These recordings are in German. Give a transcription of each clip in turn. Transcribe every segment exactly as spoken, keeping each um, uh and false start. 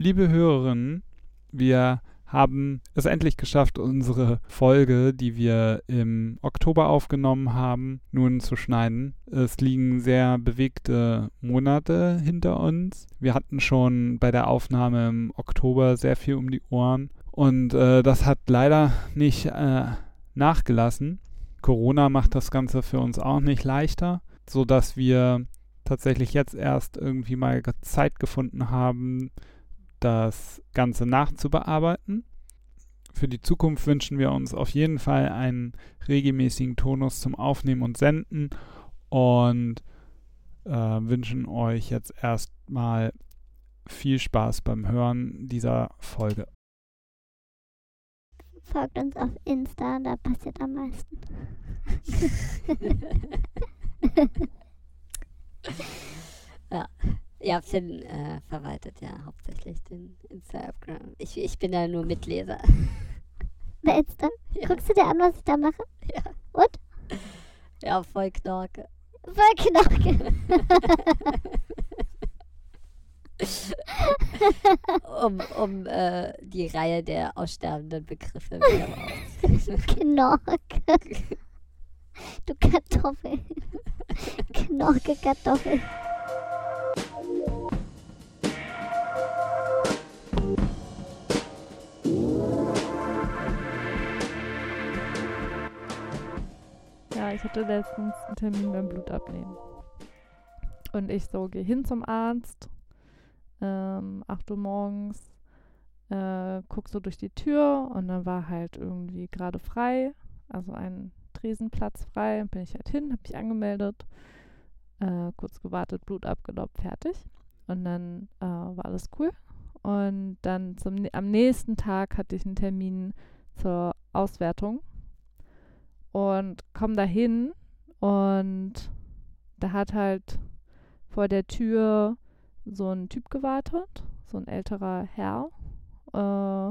Liebe Hörerinnen, wir haben es endlich geschafft, unsere Folge, die wir im Oktober aufgenommen haben, nun zu schneiden. Es liegen sehr bewegte Monate hinter uns. Wir hatten schon bei der Aufnahme im Oktober sehr viel um die Ohren und äh, das hat leider nicht äh, nachgelassen. Corona macht das Ganze für uns auch nicht leichter, sodass wir tatsächlich jetzt erst irgendwie mal Zeit gefunden haben, das Ganze nachzubearbeiten. Für die Zukunft wünschen wir uns auf jeden Fall einen regelmäßigen Tonus zum Aufnehmen und Senden und äh, wünschen euch jetzt erstmal viel Spaß beim Hören dieser Folge. Folgt uns auf Insta, da passiert am meisten. Ja. Ja, Finn äh, verwaltet ja hauptsächlich den Instagram. Ich, ich bin ja nur Mitleser. Bei Insta? Ja. Guckst du dir an, was ich da mache? Ja. Und? Ja, voll Knorke. Voll Knorke. um um äh, die Reihe der aussterbenden Begriffe wieder raus. Knorke. Du Kartoffel. Knorke Kartoffel. Ja, ich hatte letztens einen Termin beim Blutabnehmen. Und ich so, gehe hin zum Arzt, ähm, acht Uhr morgens, äh, guck so durch die Tür und dann war halt irgendwie gerade frei, also ein Tresenplatz frei. Dann bin ich halt hin, hab mich angemeldet, äh, kurz gewartet, Blut abgenommen, fertig. Und dann äh, war alles cool. Und dann zum, am nächsten Tag hatte ich einen Termin zur Auswertung. Und komm da hin und da hat halt vor der Tür so ein Typ gewartet, so ein älterer Herr. Äh,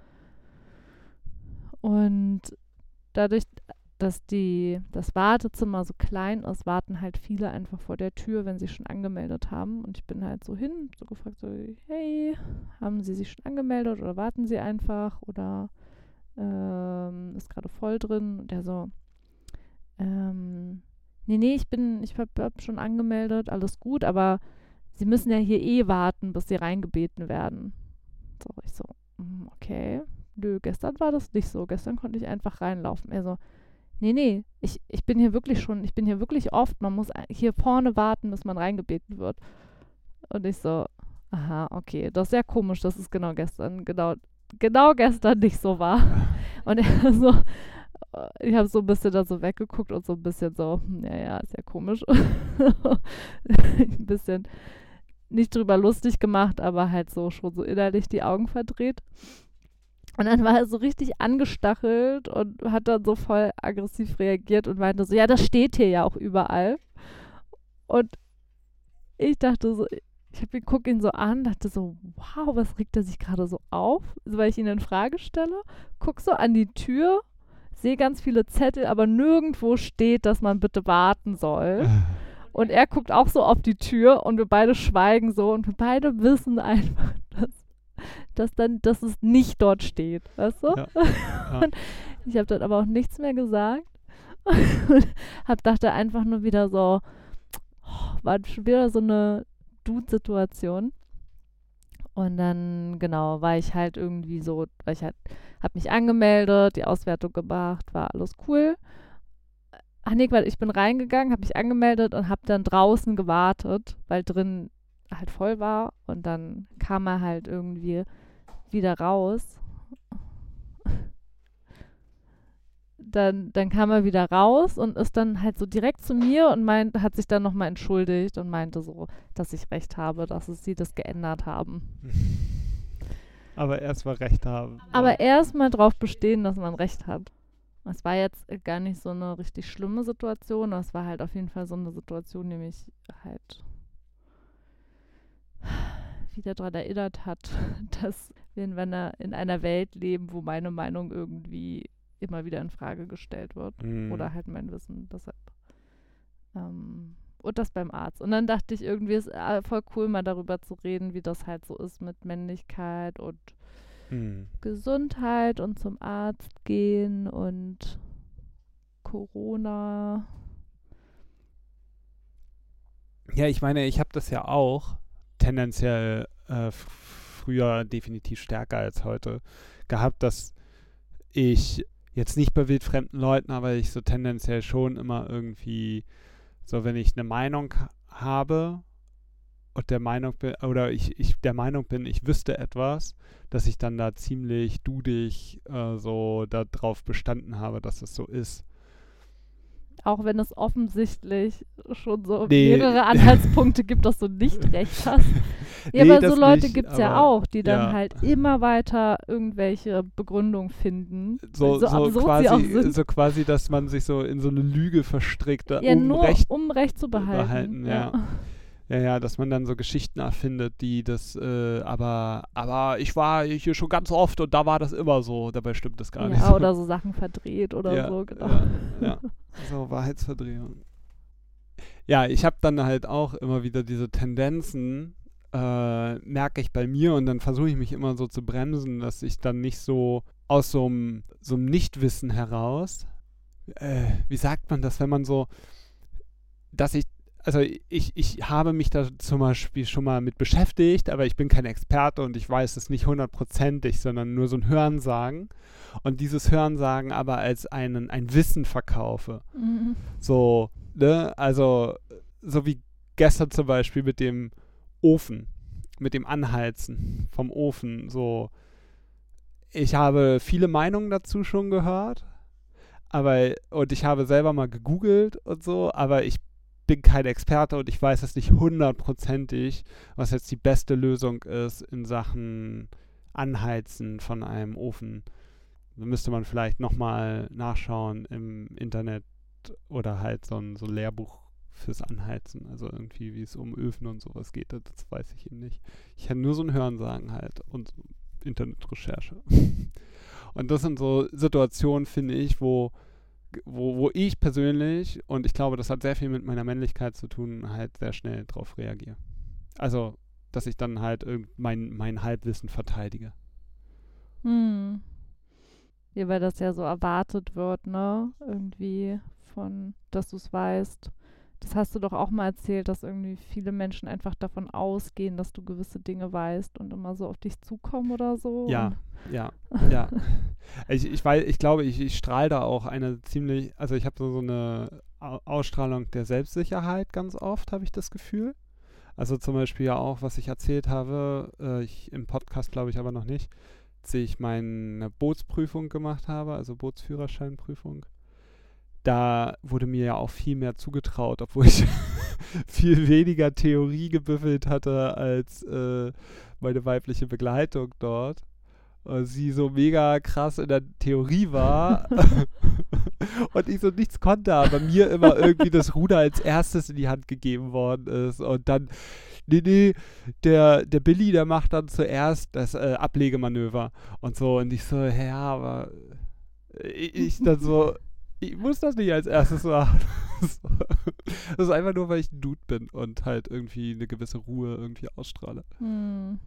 und dadurch, dass die, das Wartezimmer so klein ist, warten halt viele einfach vor der Tür, wenn sie schon angemeldet haben. Und ich bin halt so hin, so gefragt, so, hey, haben Sie sich schon angemeldet oder warten Sie einfach oder ähm, ist gerade voll drin. Und der so, ähm, nee, nee, ich bin, ich hab, hab schon angemeldet, alles gut, aber Sie müssen ja hier eh warten, bis Sie reingebeten werden. So, ich so, okay, nö, gestern war das nicht so, gestern konnte ich einfach reinlaufen. Er so, nee, nee, ich, ich bin hier wirklich schon, ich bin hier wirklich oft, man muss hier vorne warten, bis man reingebeten wird. Und ich so, aha, okay, das ist ja komisch, dass es genau gestern, genau, genau gestern nicht so war. Und er so, ich habe so ein bisschen da so weggeguckt und so ein bisschen so, ja, ja, ist ja komisch. Ein bisschen nicht drüber lustig gemacht, aber halt so schon so innerlich die Augen verdreht. Und dann war er so richtig angestachelt und hat dann so voll aggressiv reagiert und meinte so, ja, das steht hier ja auch überall. Und ich dachte so, ich gucke ihn so an, dachte so, wow, was regt er sich gerade so auf? Also, weil ich ihn in Frage stelle, guck so an die Tür, sehe ganz viele Zettel, aber nirgendwo steht, dass man bitte warten soll. Und er guckt auch so auf die Tür und wir beide schweigen so und wir beide wissen einfach, dass, dass, dann, dass es nicht dort steht, weißt du? Ja, ja. Und ich habe dann aber auch nichts mehr gesagt und hab dachte einfach nur wieder so, oh, war schon wieder so eine Dude-Situation. Und dann, genau, war ich halt irgendwie so, weil ich halt, hab mich angemeldet, die Auswertung gemacht, war alles cool. Ach nee, weil ich bin reingegangen, hab mich angemeldet und hab dann draußen gewartet, weil drin halt voll war. Und dann kam er halt irgendwie wieder raus. Dann, dann kam er wieder raus und ist dann halt so direkt zu mir und meint, hat sich dann nochmal entschuldigt und meinte so, dass ich recht habe, dass es sie das geändert haben. Aber erstmal recht haben. Aber erstmal drauf bestehen, dass man recht hat. Es war jetzt gar nicht so eine richtig schlimme Situation, aber es war halt auf jeden Fall so eine Situation, die mich halt wieder daran erinnert hat, dass wir in einer, in einer Welt leben, wo meine Meinung irgendwie immer wieder in Frage gestellt wird. Mhm. Oder halt mein Wissen deshalb. Ähm, und das beim Arzt. Und dann dachte ich irgendwie, es ist äh, voll cool, mal darüber zu reden, wie das halt so ist mit Männlichkeit und Hm. Gesundheit und zum Arzt gehen und Corona. Ja, ich meine, ich habe das ja auch tendenziell äh, f- früher definitiv stärker als heute gehabt, dass ich jetzt nicht bei wildfremden Leuten, aber ich so tendenziell schon immer irgendwie, so wenn ich eine Meinung ha- habe und der Meinung bin, oder ich, ich der Meinung bin, ich wüsste etwas, dass ich dann da ziemlich dudig äh, so darauf bestanden habe, dass es so ist. Auch wenn es offensichtlich schon so Nee. mehrere Anhaltspunkte gibt, dass du nicht recht hast. Ja, Nee, aber so das Leute nicht, gibt es ja aber auch, die dann ja. halt immer weiter irgendwelche Begründungen finden. So, so, absurd sie auch quasi, sind. so quasi, dass man sich so in so eine Lüge verstrickt, da Ja, um nur Recht um Recht zu behalten. behalten, ja. Ja, ja, dass man dann so Geschichten erfindet, die das, äh, aber, aber ich war hier schon ganz oft und da war das immer so. Dabei stimmt das gar Ja, nicht. So. oder so Sachen verdreht oder ja, so, genau. Ja, ja. So Wahrheitsverdrehung. Ja, ich habe dann halt auch immer wieder diese Tendenzen, äh, merke ich bei mir und dann versuche ich mich immer so zu bremsen, dass ich dann nicht so aus so einem so einem Nichtwissen heraus, äh, wie sagt man das, wenn man so, dass ich Also ich, ich habe mich da zum Beispiel schon mal mit beschäftigt, aber ich bin kein Experte und ich weiß es nicht hundertprozentig, sondern nur so ein Hörensagen. Und dieses Hörensagen aber als einen, ein Wissen verkaufe. Mhm. So, ne, also so wie gestern zum Beispiel mit dem Ofen, mit dem Anheizen vom Ofen. So, ich habe viele Meinungen dazu schon gehört, aber und ich habe selber mal gegoogelt und so, aber ich bin kein Experte und ich weiß es nicht hundertprozentig, was jetzt die beste Lösung ist in Sachen Anheizen von einem Ofen. Da müsste man vielleicht nochmal nachschauen im Internet oder halt so ein so ein Lehrbuch fürs Anheizen. Also irgendwie, wie es um Öfen und sowas geht, das weiß ich eben nicht. Ich habe nur so ein Hörensagen halt und so Internetrecherche. Und das sind so Situationen, finde ich, wo Wo, wo ich persönlich, und ich glaube, das hat sehr viel mit meiner Männlichkeit zu tun, halt sehr schnell drauf reagiere. Also, dass ich dann halt irgend mein, mein Halbwissen verteidige. Hm. Ja, weil das ja so erwartet wird, ne? Irgendwie von, dass du es weißt. Das hast du doch auch mal erzählt, dass irgendwie viele Menschen einfach davon ausgehen, dass du gewisse Dinge weißt und immer so auf dich zukommen oder so. Ja, Und ja, ja. Ich, ich weiß, ich glaube, ich, ich strahle da auch eine ziemlich, also ich habe so, so eine Au- Ausstrahlung der Selbstsicherheit ganz oft, habe ich das Gefühl. Also zum Beispiel ja auch, was ich erzählt habe, äh, ich im Podcast glaube ich aber noch nicht, als ich meine Bootsprüfung gemacht habe, also Bootsführerscheinprüfung. Da wurde mir ja auch viel mehr zugetraut, obwohl ich viel weniger Theorie gebüffelt hatte als äh, meine weibliche Begleitung dort. Und sie so mega krass in der Theorie war und ich so nichts konnte, aber mir immer irgendwie das Ruder als erstes in die Hand gegeben worden ist. Und dann, nee, nee, der, der Billy, der macht dann zuerst das äh, Ablegemanöver und so. Und ich so, ja, aber ich, ich dann so, ich muss das nicht als erstes machen. Das ist einfach nur, weil ich ein Dude bin und halt irgendwie eine gewisse Ruhe irgendwie ausstrahle. Hm.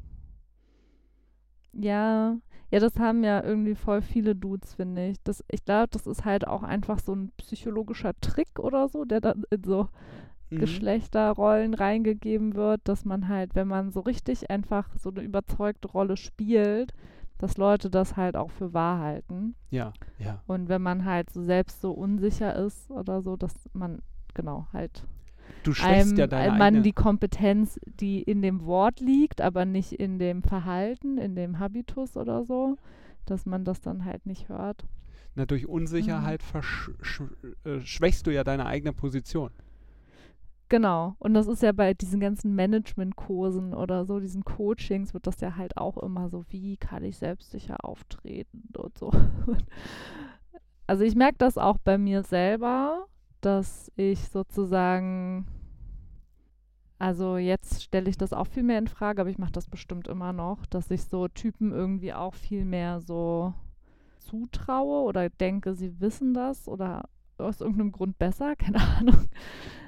Ja, ja, das haben ja irgendwie voll viele Dudes, finde ich. Das, ich glaube, das ist halt auch einfach so ein psychologischer Trick oder so, der dann in so Mhm. Geschlechterrollen reingegeben wird, dass man halt, wenn man so richtig einfach so eine überzeugte Rolle spielt, dass Leute das halt auch für wahr halten. Ja, ja. Und wenn man halt so selbst so unsicher ist oder so, dass man, genau, halt Du schwächst einem, ja deine man eigene... die Kompetenz, die in dem Wort liegt, aber nicht in dem Verhalten, in dem Habitus oder so, dass man das dann halt nicht hört. Na, durch Unsicherheit versch sch äh, schwächst du ja deine eigene Position. Genau. Und das ist ja bei diesen ganzen Management-Kursen oder so, diesen Coachings, wird das ja halt auch immer so, wie kann ich selbstsicher auftreten und so. Also ich merke das auch bei mir selber, dass ich sozusagen, also jetzt stelle ich das auch viel mehr in Frage, aber ich mache das bestimmt immer noch, dass ich so Typen irgendwie auch viel mehr so zutraue oder denke, sie wissen das oder aus irgendeinem Grund besser, keine Ahnung.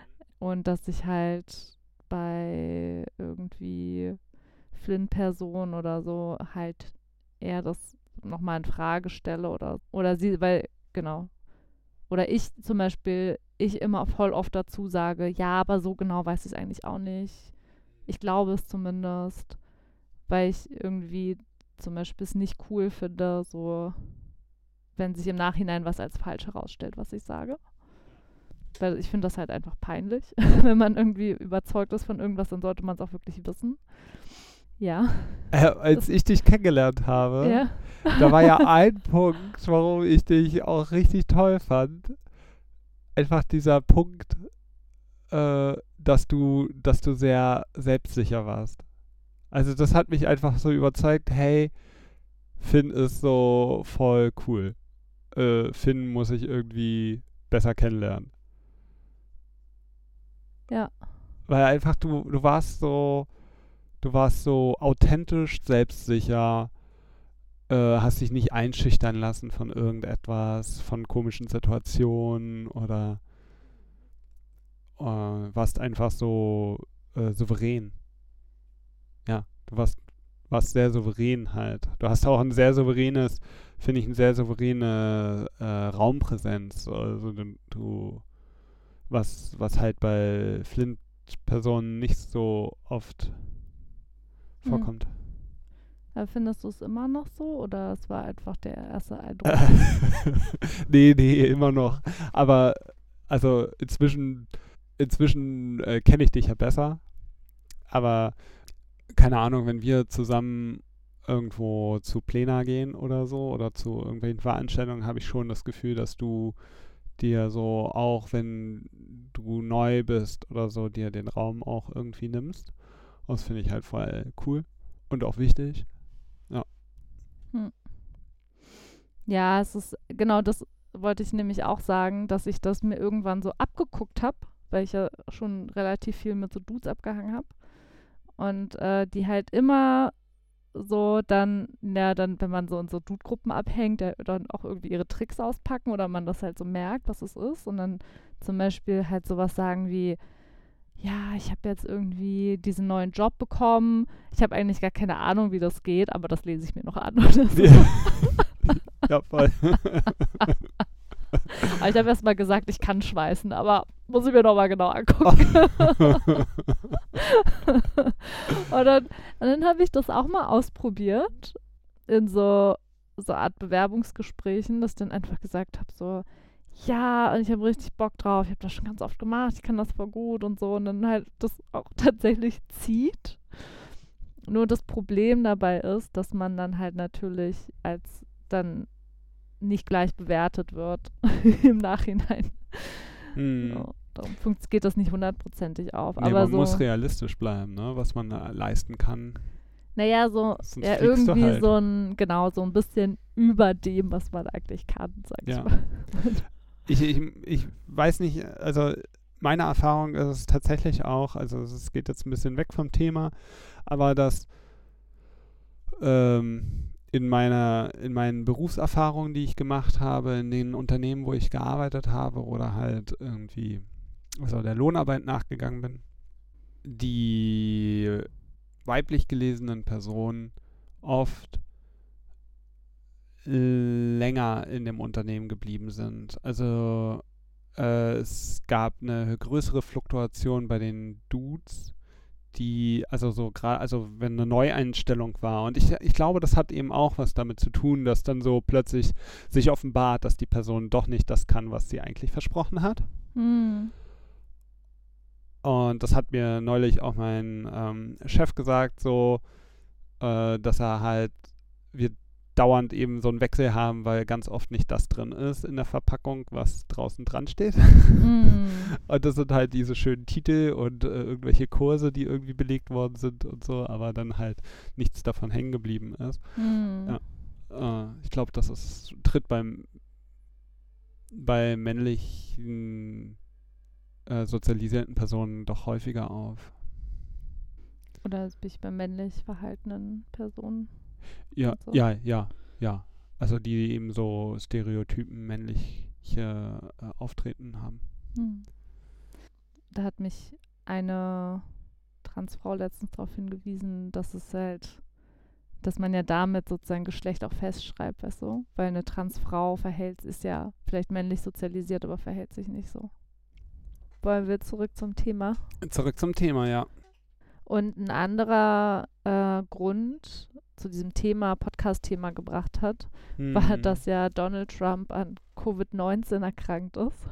Und dass ich halt bei irgendwie Flynn-Personen oder so halt eher das nochmal in Frage stelle oder, oder sie, weil, genau. Oder ich zum Beispiel, ich immer voll oft dazu sage, ja, aber so genau weiß ich es eigentlich auch nicht. Ich glaube es zumindest, weil ich irgendwie zum Beispiel es nicht cool finde, so, wenn sich im Nachhinein was als falsch herausstellt, was ich sage. Weil ich finde das halt einfach peinlich. Wenn man irgendwie überzeugt ist von irgendwas, dann sollte man es auch wirklich wissen. Ja. Äh, als ich dich kennengelernt habe, Ja. da war ja ein Punkt, warum ich dich auch richtig toll fand. Einfach dieser Punkt, äh, dass du, dass du sehr selbstsicher warst. Also das hat mich einfach so überzeugt, hey, Finn ist so voll cool. Äh, Finn muss ich irgendwie besser kennenlernen. Ja. Weil einfach du, du warst so, du warst so authentisch, selbstsicher, äh, hast dich nicht einschüchtern lassen von irgendetwas, von komischen Situationen oder äh, warst einfach so äh, souverän. Ja, du warst, warst sehr souverän halt. Du hast auch ein sehr souveränes, finde ich, eine sehr souveräne äh, Raumpräsenz. Also du, du was, was halt bei Flint-Personen nicht so oft vorkommt. Aber findest du es immer noch so oder es war einfach der erste Eindruck? nee, nee, immer noch. Aber also inzwischen, inzwischen äh, kenne ich dich ja besser. Aber keine Ahnung, wenn wir zusammen irgendwo zu Plena gehen oder so oder zu irgendwelchen Veranstaltungen, habe ich schon das Gefühl, dass du dir so, auch wenn du neu bist oder so, dir den Raum auch irgendwie nimmst. Und das finde ich halt voll cool und auch wichtig. Ja. Hm. Ja, es ist, genau das wollte ich nämlich auch sagen, dass ich das mir irgendwann so abgeguckt habe, weil ich ja schon relativ viel mit so Dudes abgehangen habe. Und äh, die halt immer so dann, ja, dann, wenn man so in so Dude-Gruppen abhängt, ja, dann auch irgendwie ihre Tricks auspacken oder man das halt so merkt, was es ist. Und dann zum Beispiel halt sowas sagen wie, ja, ich habe jetzt irgendwie diesen neuen Job bekommen. Ich habe eigentlich gar keine Ahnung, wie das geht, aber das lese ich mir noch an. Oder so. Ja, ja voll. Aber ich habe erst mal gesagt, ich kann schweißen, aber muss ich mir noch mal genau angucken. und dann, und dann habe ich das auch mal ausprobiert in so, so Art Bewerbungsgesprächen, dass ich dann einfach gesagt habe, so, ja, und ich habe richtig Bock drauf, ich habe das schon ganz oft gemacht, ich kann das voll gut und so. Und dann halt das auch tatsächlich zieht. Nur das Problem dabei ist, dass man dann halt natürlich als dann nicht gleich bewertet wird im Nachhinein. Hm. Ja, darum funkt- geht das nicht hundertprozentig auf. Nee, aber man so, muss realistisch bleiben, ne? Was man äh, leisten kann. naja, so Sonst ja, fliegst du irgendwie halt. so ein, genau, so ein bisschen über dem, was man eigentlich kann, sag ich Ja. mal. Ich, ich, ich weiß nicht, also meine Erfahrung ist es tatsächlich auch, also es geht jetzt ein bisschen weg vom Thema, aber dass ähm, in meiner, in meinen Berufserfahrungen, die ich gemacht habe, in den Unternehmen, wo ich gearbeitet habe oder halt irgendwie also der Lohnarbeit nachgegangen bin, die weiblich gelesenen Personen oft länger in dem Unternehmen geblieben sind. Also äh, es gab eine größere Fluktuation bei den Dudes, die, also so gerade, also wenn eine Neueinstellung war. Und ich, ich glaube, das hat eben auch was damit zu tun, dass dann so plötzlich sich offenbart, dass die Person doch nicht das kann, was sie eigentlich versprochen hat. Hm. Und das hat mir neulich auch mein ähm, Chef gesagt, so, äh, dass er halt, wir dauernd eben so einen Wechsel haben, weil ganz oft nicht das drin ist in der Verpackung, was draußen dran steht. Mm. Und das sind halt diese schönen Titel und äh, irgendwelche Kurse, die irgendwie belegt worden sind und so, aber dann halt nichts davon hängen geblieben ist. Mm. Ja. Äh, ich glaube, das ist, tritt beim bei männlichen äh, sozialisierten Personen doch häufiger auf. Oder bin ich bei männlich verhaltenen Personen? Ja, und so. ja, ja, ja. Also die eben so Stereotypen männliche äh, Auftreten haben. Hm. da hat mich eine Transfrau letztens darauf hingewiesen, dass es halt, dass man ja damit sozusagen Geschlecht auch festschreibt, weißt du? Weil eine Transfrau verhält, ist ja vielleicht männlich sozialisiert, aber verhält sich nicht so. Wollen wir zurück zum Thema? Zurück zum Thema, ja. Und ein anderer äh, Grund zu diesem Thema, Podcast-Thema gebracht hat, Hm. war, dass ja Donald Trump an Covid neunzehn erkrankt ist.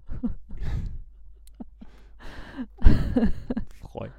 Freu.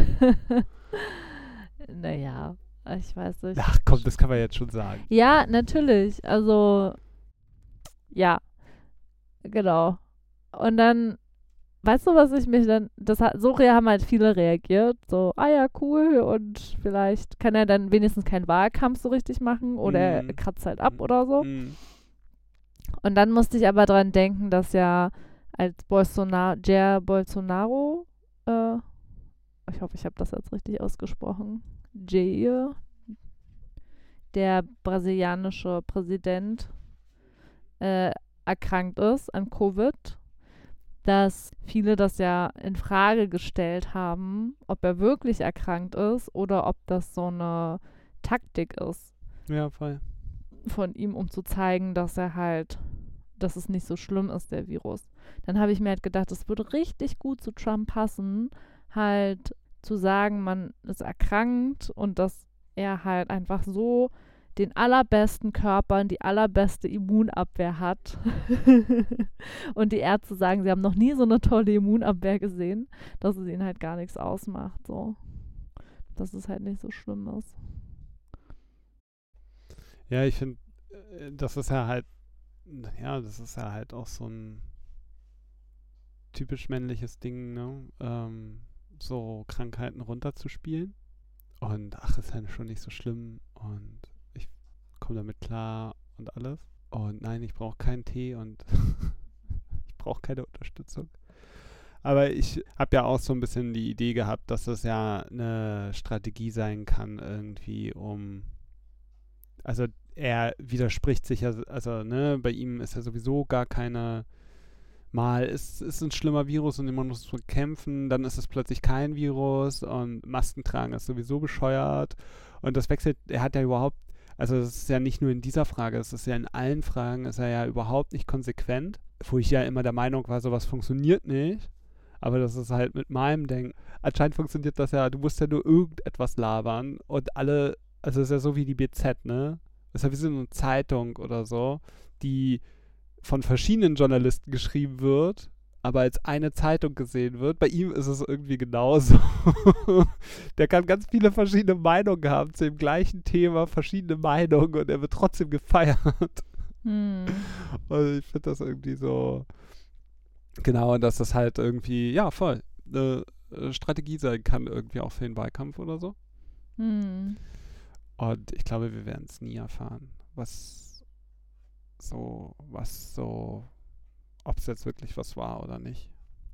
Naja, ich weiß nicht. Ach komm, das kann man jetzt schon sagen. Ja, natürlich. Also, ja, genau. Und dann, weißt du, was ich mich dann, das hat, so rea- haben halt viele reagiert, so, ah ja, cool, und vielleicht kann er dann wenigstens keinen Wahlkampf so richtig machen oder er Mhm. kratzt halt ab oder so. Hm. Und dann musste ich aber dran denken, dass ja als Bolsonaro, Jair Bolsonaro, äh, ich hoffe, ich habe das jetzt richtig ausgesprochen, Jair, der brasilianische Präsident, äh, erkrankt ist an Covid, dass viele das ja in Frage gestellt haben, ob er wirklich erkrankt ist oder ob das so eine Taktik ist Ja, voll. von ihm, um zu zeigen, dass er halt, dass es nicht so schlimm ist, der Virus. Dann habe ich mir halt gedacht, es würde richtig gut zu Trump passen, halt zu sagen, man ist erkrankt und dass er halt einfach so den allerbesten Körper und die allerbeste Immunabwehr hat. Und die Ärzte sagen, sie haben noch nie so eine tolle Immunabwehr gesehen, dass es ihnen halt gar nichts ausmacht, so. Dass es halt nicht so schlimm ist. Ja, ich finde, äh, das ist ja halt, ja, das ist ja halt auch so ein typisch männliches Ding, ne? Ähm, so Krankheiten runterzuspielen. Und ach, ist ja schon nicht so schlimm und ich komme damit klar und alles. Und nein, ich brauche keinen Tee und ich brauche keine Unterstützung. Aber ich habe ja auch so ein bisschen die Idee gehabt, dass das ja eine Strategie sein kann, irgendwie, um. Also, er widerspricht sich ja, also, ne, bei ihm ist ja sowieso gar keine. Mal ist es ein schlimmer Virus und man muss kämpfen, dann ist es plötzlich kein Virus und Masken tragen ist sowieso bescheuert. Und das wechselt, er hat ja überhaupt, also das ist ja nicht nur in dieser Frage, es ist ja in allen Fragen, ist er ja überhaupt nicht konsequent, wo ich ja immer der Meinung war, sowas funktioniert nicht. Aber das ist halt mit meinem Denken. Anscheinend funktioniert das ja, du musst ja nur irgendetwas labern und alle, also es ist ja so wie die B Z, ne? Das ist ja wie so eine Zeitung oder so, die von verschiedenen Journalisten geschrieben wird, aber als eine Zeitung gesehen wird. Bei ihm ist es irgendwie genauso. Der kann ganz viele verschiedene Meinungen haben zu dem gleichen Thema, verschiedene Meinungen und er wird trotzdem gefeiert. Hm. Also ich finde das irgendwie so, genau, und dass das halt irgendwie, ja, voll, eine Strategie sein kann, irgendwie auch für den Wahlkampf oder so. Hm. Und ich glaube, wir werden es nie erfahren, was so, was so, ob es jetzt wirklich was war oder nicht.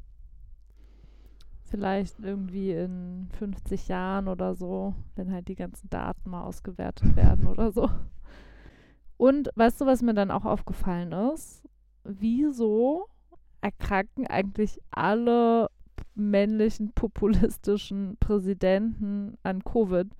Vielleicht irgendwie in fünfzig Jahren oder so, wenn halt die ganzen Daten mal ausgewertet werden oder so. Und weißt du, was mir dann auch aufgefallen ist? Wieso erkranken eigentlich alle männlichen populistischen Präsidenten an Covid?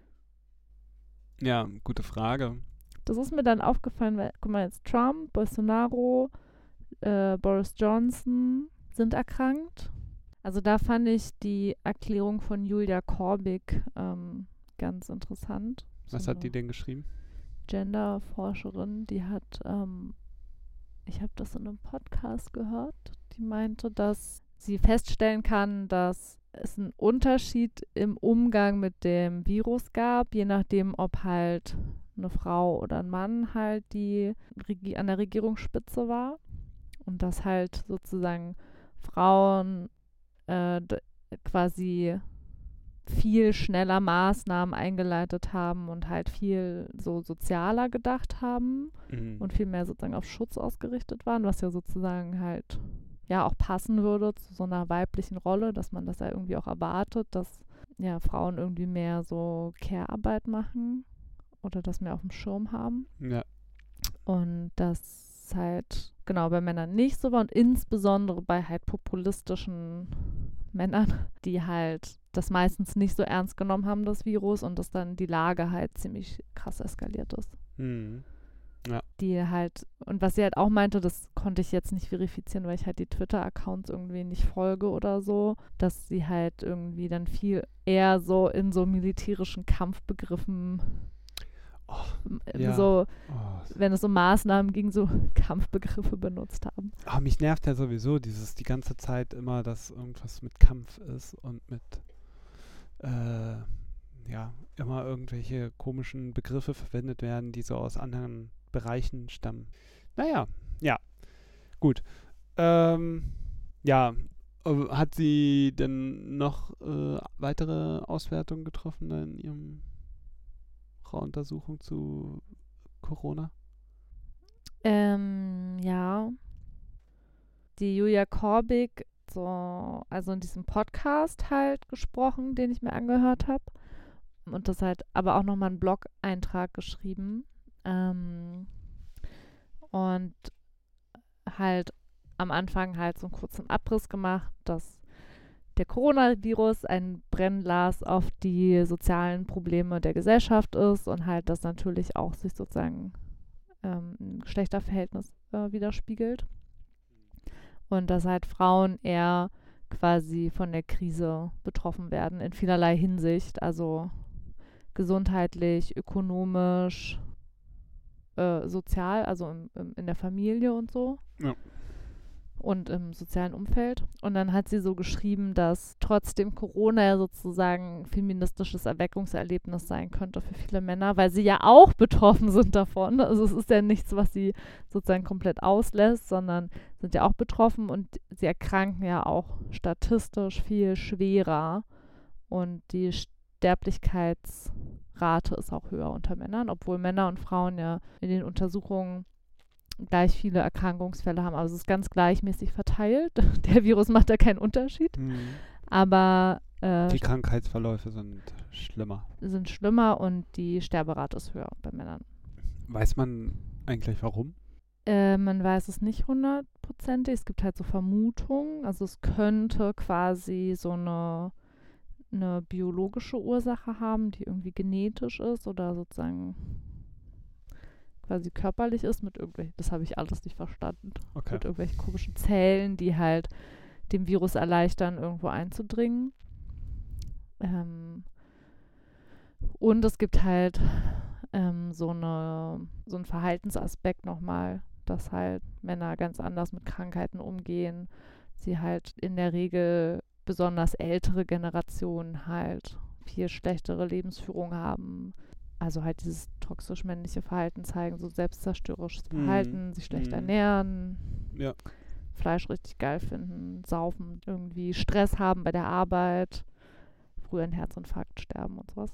Ja, gute Frage. Das ist mir dann aufgefallen, weil, guck mal, jetzt Trump, Bolsonaro, äh, Boris Johnson sind erkrankt. Also da fand ich die Erklärung von Julia Korbig ähm, ganz interessant. Was So hat die eine denn geschrieben? Genderforscherin, die hat, ähm, ich habe das in einem Podcast gehört, die meinte, dass sie feststellen kann, dass es einen Unterschied im Umgang mit dem Virus gab, je nachdem, ob halt eine Frau oder ein Mann halt die Regi- an der Regierungsspitze war und dass halt sozusagen Frauen äh, d- quasi viel schneller Maßnahmen eingeleitet haben und halt viel so sozialer gedacht haben Mhm. und viel mehr sozusagen auf Schutz ausgerichtet waren, was ja sozusagen halt ja auch passen würde zu so einer weiblichen Rolle, dass man das ja irgendwie auch erwartet, dass ja Frauen irgendwie mehr so Care-Arbeit machen oder das mehr auf dem Schirm haben. Ja. Und das halt genau bei Männern nicht so war und insbesondere bei halt populistischen Männern, die halt das meistens nicht so ernst genommen haben, das Virus, und dass dann die Lage halt ziemlich krass eskaliert ist. Mhm. Die halt, und was sie halt auch meinte, das konnte ich jetzt nicht verifizieren, weil ich halt die Twitter-Accounts irgendwie nicht folge oder so, dass sie halt irgendwie dann viel eher so in so militärischen Kampfbegriffen, Oh, ähm, ja. so, Oh. wenn es um Maßnahmen ging, so Kampfbegriffe benutzt haben. Ah, mich nervt ja sowieso dieses die ganze Zeit immer, dass irgendwas mit Kampf ist und mit äh, ja, immer irgendwelche komischen Begriffe verwendet werden, die so aus anderen Bereichen stammen. Naja, ja, gut. Ähm, ja, äh, hat sie denn noch äh, weitere Auswertungen getroffen in ihrem Untersuchung zu Corona? Ähm, ja. Die Julia Korbig, so, also in diesem Podcast halt gesprochen, den ich mir angehört habe. Und das halt, aber auch nochmal einen Blog-Eintrag geschrieben. Ähm, und halt am Anfang halt so einen kurzen Abriss gemacht, dass der Coronavirus ein Brennglas auf die sozialen Probleme der Gesellschaft ist und halt das natürlich auch sich sozusagen ähm, ein Geschlechterverhältnis äh, widerspiegelt. Und dass halt Frauen eher quasi von der Krise betroffen werden in vielerlei Hinsicht, also gesundheitlich, ökonomisch, äh, sozial, also im, im, in der Familie und so. Ja. Und im sozialen Umfeld. Und dann hat sie so geschrieben, dass trotzdem Corona ja sozusagen ein feministisches Erweckungserlebnis sein könnte für viele Männer, weil sie ja auch betroffen sind davon. Also es ist ja nichts, was sie sozusagen komplett auslässt, sondern sind ja auch betroffen und sie erkranken ja auch statistisch viel schwerer. Und die Sterblichkeitsrate ist auch höher unter Männern, obwohl Männer und Frauen ja in den Untersuchungen gleich viele Erkrankungsfälle haben. Also es ist ganz gleichmäßig verteilt. Der Virus macht da keinen Unterschied. Mhm. Aber äh, Die Krankheitsverläufe sind schlimmer. sind schlimmer und die Sterberate ist höher bei Männern. Weiß man eigentlich warum? Äh, man weiß es nicht hundertprozentig. Es gibt halt so Vermutungen. Also es könnte quasi so eine, eine biologische Ursache haben, die irgendwie genetisch ist oder sozusagen quasi körperlich ist mit irgendwelchen, das habe ich alles nicht verstanden, Okay. mit irgendwelchen komischen Zellen, die halt dem Virus erleichtern, irgendwo einzudringen. Ähm, und es gibt halt ähm, so, eine, so einen Verhaltensaspekt nochmal, dass halt Männer ganz anders mit Krankheiten umgehen. Sie halt in der Regel besonders ältere Generationen halt viel schlechtere Lebensführung haben. Also halt dieses toxisch männliche Verhalten zeigen, so selbstzerstörerisches Mhm. Verhalten, sich schlecht Mhm. ernähren, Ja. Fleisch richtig geil finden, saufen, irgendwie Stress haben bei der Arbeit, früher einen Herzinfarkt sterben und sowas.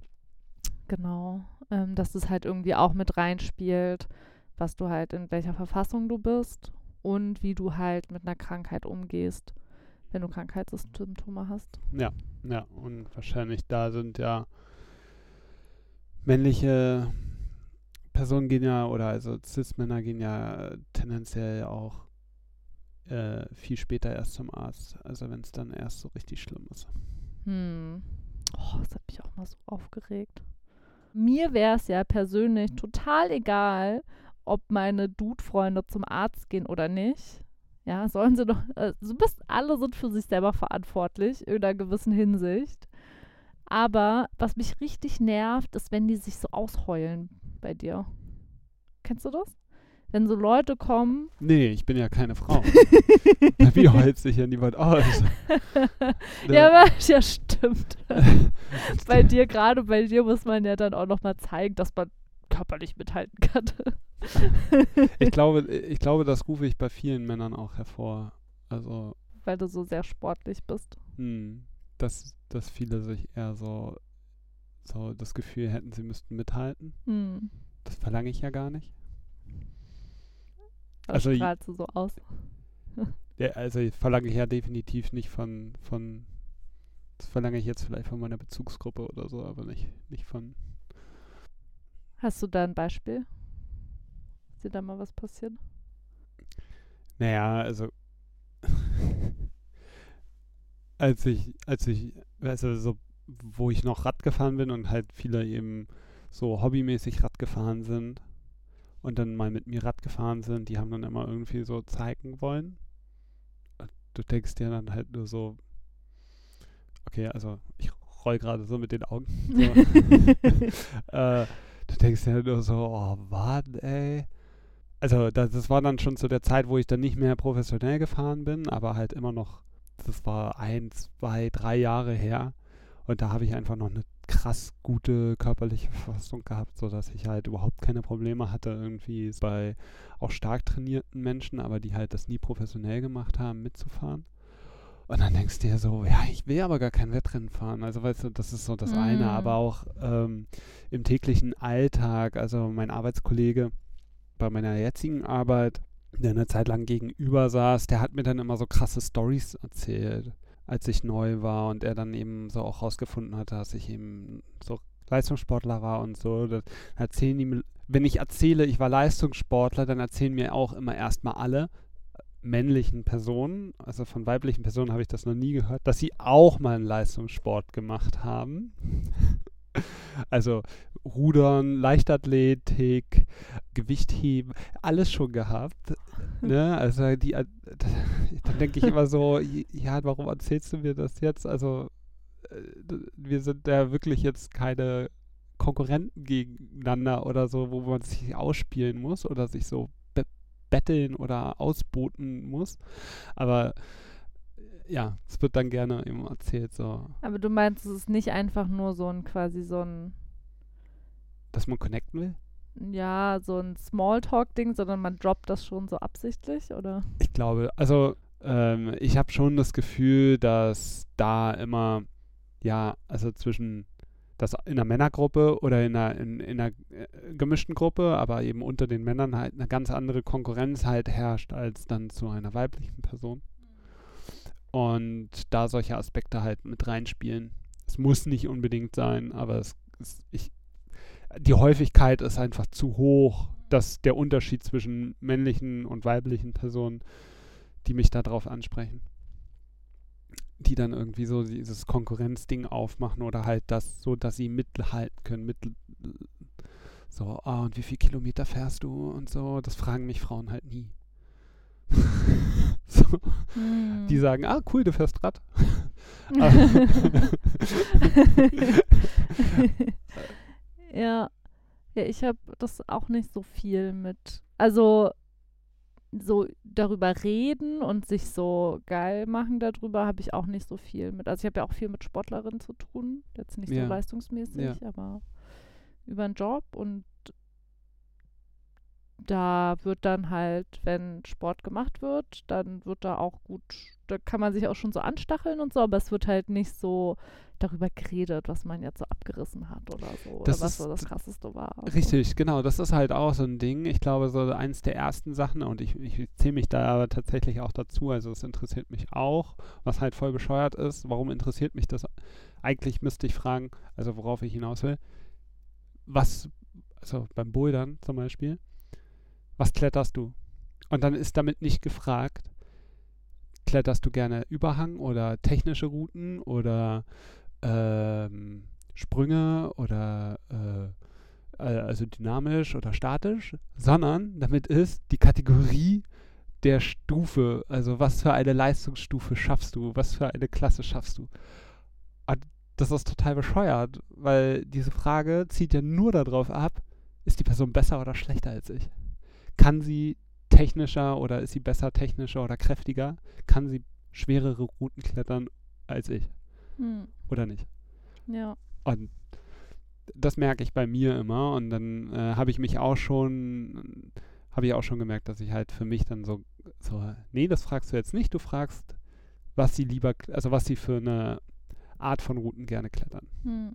Genau, ähm, dass das halt irgendwie auch mit reinspielt, was du halt, in welcher Verfassung du bist und wie du halt mit einer Krankheit umgehst, wenn du Krankheitssymptome hast. Ja, ja. Und wahrscheinlich da sind ja männliche Personen gehen ja, oder also Cis-Männer gehen ja tendenziell auch äh, viel später erst zum Arzt. Also wenn es dann erst so richtig schlimm ist. Hm. Oh, das hat mich auch mal so aufgeregt. Mir wäre es ja persönlich total egal, ob meine Dude-Freunde zum Arzt gehen oder nicht. Ja, sollen sie doch, äh, so bist, alle sind für sich selber verantwortlich, in einer gewissen Hinsicht. Aber was mich richtig nervt, ist, wenn die sich so ausheulen bei dir. Kennst du das? Wenn so Leute kommen. Nee, ich bin ja keine Frau. Bei mir heult sich ja niemand aus. Ja, aber ja, stimmt. Bei dir, gerade bei dir, muss man ja dann auch nochmal zeigen, dass man körperlich mithalten kann. ich glaube, ich glaube, das rufe ich bei vielen Männern auch hervor. Also, weil du so sehr sportlich bist. Hm, dass, dass viele sich eher so, so das Gefühl hätten, sie müssten mithalten. Hm. Das verlange ich ja gar nicht. Das Also, strahlst du so aus. Ja, also verlange ich ja definitiv nicht von, von, das verlange ich jetzt vielleicht von meiner Bezugsgruppe oder so, aber nicht, nicht von. Hast du da ein Beispiel? Ist dir da mal was passiert? Naja, also als ich, als ich, also so, wo ich noch Rad gefahren bin und halt viele eben so hobbymäßig Rad gefahren sind und dann mal mit mir Rad gefahren sind, die haben dann immer irgendwie so zeigen wollen. Du denkst dir dann halt nur so, okay, also ich roll gerade so mit den Augen. So. äh, du denkst dir nur so, oh Mann, ey. Also das, das war dann schon zu der Zeit, wo ich dann nicht mehr professionell gefahren bin, aber halt immer noch, das war ein, zwei, drei Jahre her. Und da habe ich einfach noch eine krass gute körperliche Verfassung gehabt, sodass ich halt überhaupt keine Probleme hatte, irgendwie bei auch stark trainierten Menschen, aber die halt das nie professionell gemacht haben, mitzufahren. Und dann denkst du dir so, ja, ich will aber gar kein Wettrennen fahren. Also weißt du, das ist so das mm. eine, aber auch ähm, im täglichen Alltag, also mein Arbeitskollege bei meiner jetzigen Arbeit, der eine Zeit lang gegenüber saß, der hat mir dann immer so krasse Storys erzählt, als ich neu war und er dann eben so auch rausgefunden hatte, dass ich eben so Leistungssportler war und so. Das erzählen die, wenn ich erzähle, ich war Leistungssportler, dann erzählen mir auch immer erstmal alle männlichen Personen, also von weiblichen Personen habe ich das noch nie gehört, dass sie auch mal einen Leistungssport gemacht haben. Also Rudern, Leichtathletik, Gewichtheben, alles schon gehabt. Ne? Also die, dann denke ich immer so, ja, warum erzählst du mir das jetzt? Also wir sind da wirklich jetzt keine Konkurrenten gegeneinander oder so, wo man sich ausspielen muss oder sich so be- betteln oder ausboten muss. Aber ja, es wird dann gerne eben erzählt so. Aber du meinst, es ist nicht einfach nur so ein quasi so ein dass man connecten will? Ja, so ein Smalltalk-Ding, sondern man droppt das schon so absichtlich, oder? Ich glaube, also ähm, ich habe schon das Gefühl, dass da immer, ja, also zwischen, das in einer Männergruppe oder in einer, in, in einer äh, gemischten Gruppe, aber eben unter den Männern halt eine ganz andere Konkurrenz halt herrscht als dann zu einer weiblichen Person. Und da solche Aspekte halt mit reinspielen. Es muss nicht unbedingt sein, aber es ist, ich, die Häufigkeit ist einfach zu hoch, dass der Unterschied zwischen männlichen und weiblichen Personen, die mich darauf ansprechen, die dann irgendwie so dieses Konkurrenzding aufmachen oder halt das so, dass sie mithalten können, mit so, ah, und wie viel Kilometer fährst du und so, das fragen mich Frauen halt nie. So. Hm. Die sagen, ah, cool, du fährst Rad. Ja, ja, ich habe das auch nicht so viel mit, also so darüber reden und sich so geil machen darüber habe ich auch nicht so viel mit. Also ich habe ja auch viel mit Sportlerinnen zu tun, jetzt nicht ja. so leistungsmäßig, ja. aber über einen Job und da wird dann halt, wenn Sport gemacht wird, dann wird da auch gut, da kann man sich auch schon so anstacheln und so, aber es wird halt nicht so darüber geredet, was man jetzt so abgerissen hat oder so, das oder was ist so das Krasseste war. Richtig, so. Genau, das ist halt auch so ein Ding. Ich glaube, so eins der ersten Sachen, und ich, ich zähle mich da aber tatsächlich auch dazu, also es interessiert mich auch, was halt voll bescheuert ist. Warum interessiert mich das? Eigentlich müsste ich fragen, also worauf ich hinaus will, was, also beim Bouldern zum Beispiel, was kletterst du? Und dann ist damit nicht gefragt, kletterst du gerne Überhang oder technische Routen oder ähm, Sprünge oder äh, also dynamisch oder statisch, sondern damit ist die Kategorie der Stufe, also was für eine Leistungsstufe schaffst du, was für eine Klasse schaffst du. Und das ist total bescheuert, weil diese Frage zielt ja nur darauf ab, ist die Person besser oder schlechter als ich? Kann sie technischer oder ist sie besser technischer oder kräftiger? Kann sie schwerere Routen klettern als ich? Hm. Oder nicht? Ja. Und das merke ich bei mir immer und dann äh, habe ich mich auch schon, habe ich auch schon gemerkt, dass ich halt für mich dann so, so, nee, das fragst du jetzt nicht, du fragst, was sie lieber, also was sie für eine Art von Routen gerne klettern. Hm.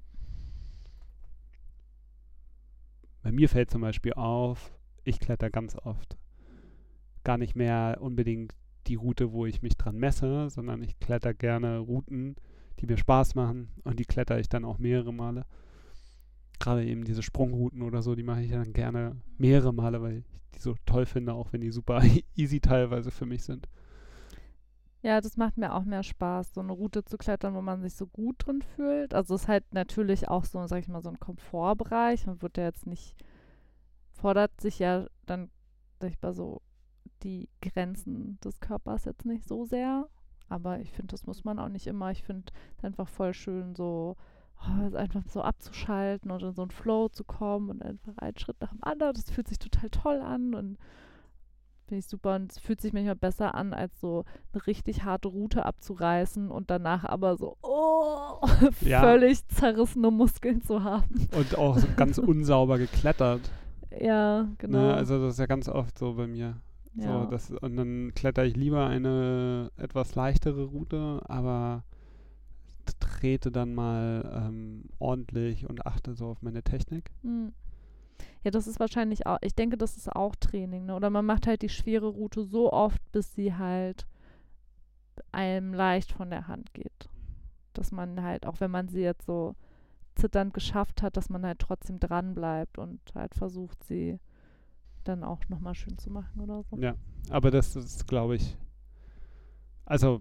Bei mir fällt zum Beispiel auf, ich kletter ganz oft gar nicht mehr unbedingt die Route, wo ich mich dran messe, sondern ich kletter gerne Routen, die mir Spaß machen und die kletter ich dann auch mehrere Male. Gerade eben diese Sprungrouten oder so, die mache ich dann gerne mehrere Male, weil ich die so toll finde, auch wenn die super easy teilweise für mich sind. Ja, das macht mir auch mehr Spaß, so eine Route zu klettern, wo man sich so gut drin fühlt. Also es ist halt natürlich auch so, sag ich mal, so ein Komfortbereich. Man wird ja jetzt nicht, fordert sich ja dann, sag ich mal, so die Grenzen des Körpers jetzt nicht so sehr. Aber ich finde, das muss man auch nicht immer. Ich finde es einfach voll schön, so oh, einfach so abzuschalten und in so einen Flow zu kommen und einfach einen Schritt nach dem anderen. Das fühlt sich total toll an und finde ich super. Und es fühlt sich manchmal besser an, als so eine richtig harte Route abzureißen und danach aber so oh, Ja. völlig zerrissene Muskeln zu haben. Und auch so ganz unsauber geklettert. Ja, genau. Ne? Also das ist ja ganz oft so bei mir. ja. So, das, und dann kletter ich lieber eine etwas leichtere Route, aber trete dann mal ähm, ordentlich und achte so auf meine Technik. Hm. Ja, das ist wahrscheinlich auch, ich denke, das ist auch Training, ne? Oder man macht halt die schwere Route so oft, bis sie halt einem leicht von der Hand geht. Dass man halt, auch wenn man sie jetzt so zitternd geschafft hat, dass man halt trotzdem dran bleibt und halt versucht, sie dann auch nochmal schön zu machen oder so. Ja, aber das ist, glaube ich, also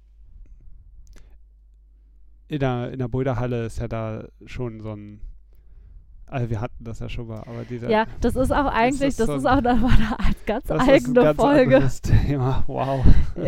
in der, in der Boulderhalle ist ja da schon so ein, also wir hatten das ja schon mal, aber dieser, Ja, das ist auch eigentlich, ist das so ist ein- auch, da war da als ganz das ist ein eigene ganz Folge. anderes Thema, wow.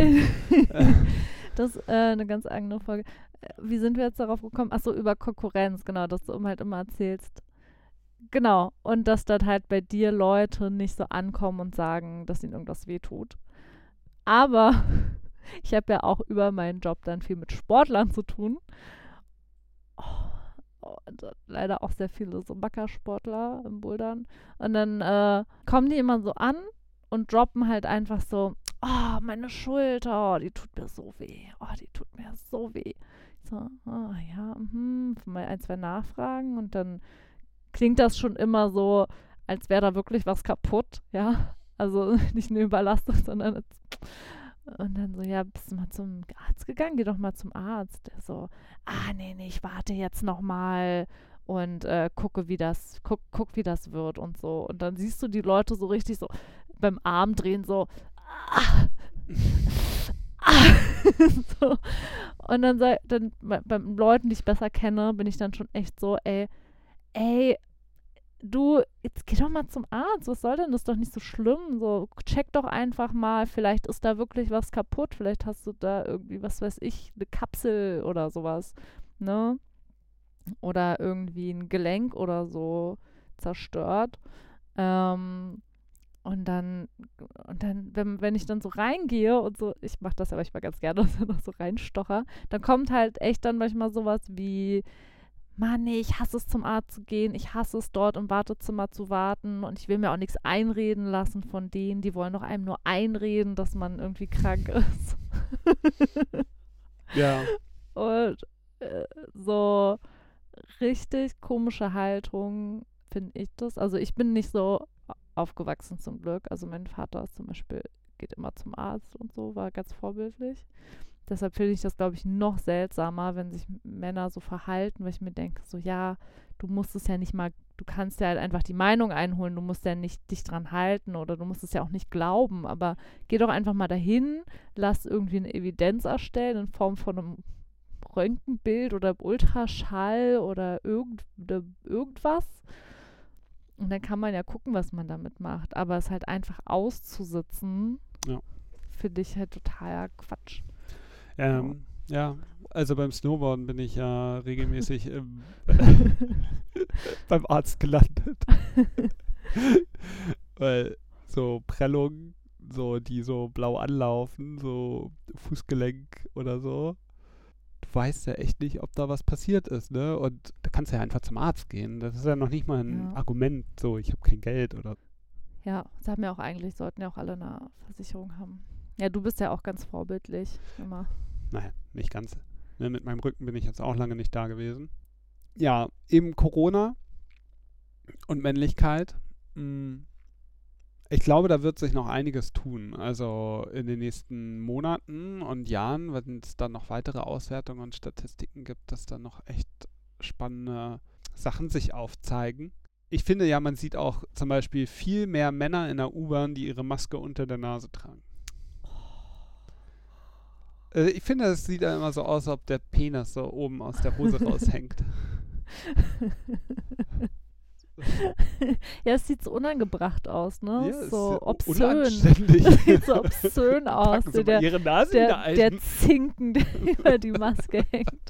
Das ist äh, eine ganz eigene Folge. Äh, Wie sind wir jetzt darauf gekommen? Achso, über Konkurrenz, genau, dass du immer halt immer erzählst. Genau, und dass dann halt bei dir Leute nicht so ankommen und sagen, dass ihnen irgendwas wehtut. Aber ich habe ja auch über meinen Job dann viel mit Sportlern zu tun. Oh, oh, und leider auch sehr viele so Backersportler im Bouldern. Und dann äh, kommen die immer so an und droppen halt einfach so, oh, meine Schulter, oh, die tut mir so weh. Oh, die tut mir so weh. Ich so, ah ja, mhm, mal ein, zwei Nachfragen und dann klingt das schon immer so, als wäre da wirklich was kaputt, ja. Also nicht eine Überlastung, sondern als, und dann so, ja, bist du mal zum Arzt gegangen? Geh doch mal zum Arzt. Der so, ah, nee, nee, ich warte jetzt noch mal und äh, gucke, wie das, guck, guck, wie das wird und so. Und dann siehst du die Leute so richtig so beim Arm drehen, so, ah, ah, so. Und dann, sei, dann bei, bei Leuten, die ich besser kenne, bin ich dann schon echt so, ey, ey, du, jetzt geh doch mal zum Arzt, was soll denn, das ist doch nicht so schlimm, so, check doch einfach mal, vielleicht ist da wirklich was kaputt, vielleicht hast du da irgendwie, was weiß ich, eine Kapsel oder sowas, ne, oder irgendwie ein Gelenk oder so zerstört, ähm, und dann, und dann, wenn, wenn ich dann so reingehe und so, ich mach das ja manchmal ganz gerne, dass ich noch so reinstocher, dann kommt halt echt dann manchmal sowas wie, Mann, nee, ich hasse es, zum Arzt zu gehen, ich hasse es, dort im Wartezimmer zu warten und ich will mir auch nichts einreden lassen von denen, die wollen doch einem nur einreden, dass man irgendwie krank ist. Ja. Und äh, so richtig komische Haltung finde ich das. Also ich bin nicht so aufgewachsen zum Glück. Also mein Vater ist zum Beispiel, geht immer zum Arzt und so, war ganz vorbildlich. Deshalb finde ich das, glaube ich, noch seltsamer, wenn sich Männer so verhalten, weil ich mir denke, so ja, du musst es ja nicht mal, du kannst ja halt einfach die Meinung einholen, du musst ja nicht dich dran halten oder du musst es ja auch nicht glauben, aber geh doch einfach mal dahin, lass irgendwie eine Evidenz erstellen in Form von einem Röntgenbild oder Ultraschall oder irgend, oder irgendwas. Und dann kann man ja gucken, was man damit macht. Aber es halt einfach auszusitzen, Ja. finde ich halt total Quatsch. Ähm, ja, also beim Snowboarden bin ich ja regelmäßig im beim Arzt gelandet. Weil so Prellungen, so die so blau anlaufen, so Fußgelenk oder so. Du weißt ja echt nicht, ob da was passiert ist, ne? Und da kannst du ja einfach zum Arzt gehen. Das ist ja noch nicht mal ein Ja. Argument, so ich habe kein Geld oder. Ja, das haben ja auch eigentlich, sollten ja auch alle eine Versicherung haben. Ja, du bist ja auch ganz vorbildlich immer. Naja, nicht ganz. Ne, mit meinem Rücken bin ich jetzt auch lange nicht da gewesen. Ja, eben Corona und Männlichkeit. Mh, ich glaube, da wird sich noch einiges tun. Also in den nächsten Monaten und Jahren, wenn es dann noch weitere Auswertungen und Statistiken gibt, dass dann noch echt spannende Sachen sich aufzeigen. Ich finde ja, man sieht auch zum Beispiel viel mehr Männer in der U-Bahn, die ihre Maske unter der Nase tragen. Also ich finde, es sieht dann immer so aus, als ob der Penis so oben aus der Hose raushängt. Ja, es sieht so unangebracht aus, ne? Ja, ist so ja obszön. unanständig. Sieht so obszön aus. Packen Sie so mal der, Ihre Nase wieder der, ein. der Zinken, der über die Maske hängt.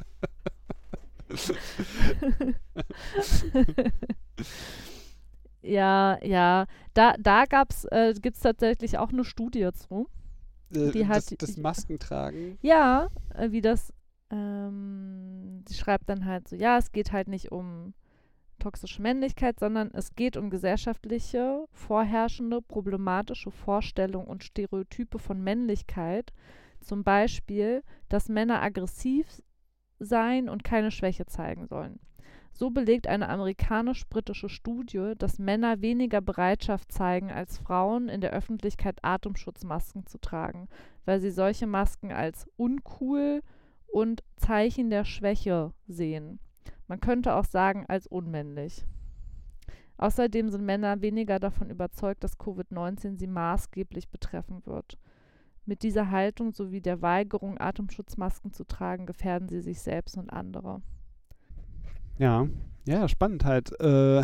Ja, ja. Da, da gab's, äh, gibt es tatsächlich auch eine Studie zu. Äh, die hat- das, das Maskentragen. Ja, äh, wie das, ähm, sie schreibt dann halt so, ja, es geht halt nicht um toxische Männlichkeit, sondern es geht um gesellschaftliche, vorherrschende, problematische Vorstellungen und Stereotype von Männlichkeit. Zum Beispiel, dass Männer aggressiv sein und keine Schwäche zeigen sollen. So belegt eine amerikanisch-britische Studie, dass Männer weniger Bereitschaft zeigen als Frauen, in der Öffentlichkeit Atemschutzmasken zu tragen, weil sie solche Masken als uncool und Zeichen der Schwäche sehen. Man könnte auch sagen, als unmännlich. Außerdem sind Männer weniger davon überzeugt, dass Covid neunzehn sie maßgeblich betreffen wird. Mit dieser Haltung sowie der Weigerung, Atemschutzmasken zu tragen, gefährden sie sich selbst und andere. Ja, ja, spannend halt. Äh,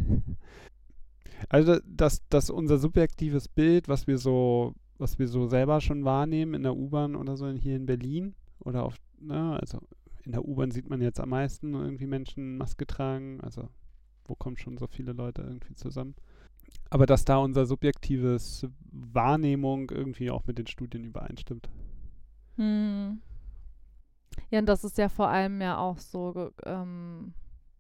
also dass, dass unser subjektives Bild, was wir so, was wir so selber schon wahrnehmen in der U-Bahn oder so hier in Berlin oder auf, ne, also in der U-Bahn sieht man jetzt am meisten irgendwie Menschen Maske tragen, also wo kommen schon so viele Leute irgendwie zusammen. Aber dass da unser subjektives Wahrnehmung irgendwie auch mit den Studien übereinstimmt. Hm. Ja, und das ist ja vor allem ja auch so ge- ähm,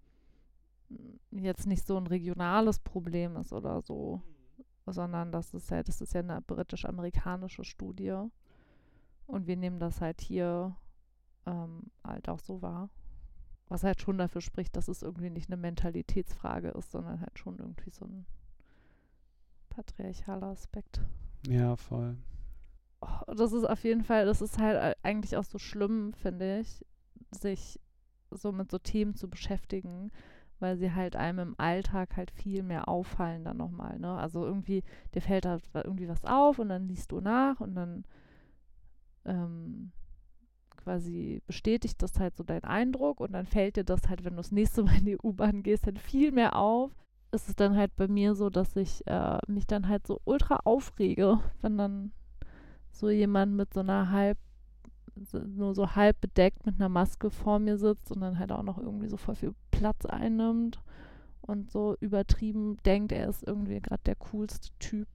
jetzt nicht so ein regionales Problem ist oder so, sondern das ist ja, das ist ja eine britisch-amerikanische Studie. Und wir nehmen das halt hier ähm, halt auch so wahr. Was halt schon dafür spricht, dass es irgendwie nicht eine Mentalitätsfrage ist, sondern halt schon irgendwie so ein patriarchaler Aspekt. Ja, voll. Oh, das ist auf jeden Fall, das ist halt äh, eigentlich auch so schlimm, finde ich, sich so mit so Themen zu beschäftigen, weil sie halt einem im Alltag halt viel mehr auffallen dann nochmal, ne? Also irgendwie, dir fällt halt irgendwie was auf und dann liest du nach und dann ähm, quasi bestätigt das halt so dein Eindruck und dann fällt dir das halt, wenn du das nächste Mal in die U-Bahn gehst, halt viel mehr auf. Es ist dann halt bei mir so, dass ich äh, mich dann halt so ultra aufrege, wenn dann so jemand mit so einer halb, so, nur so halb bedeckt mit einer Maske vor mir sitzt und dann halt auch noch irgendwie so voll viel Platz einnimmt und so übertrieben denkt, er ist irgendwie gerade der coolste Typ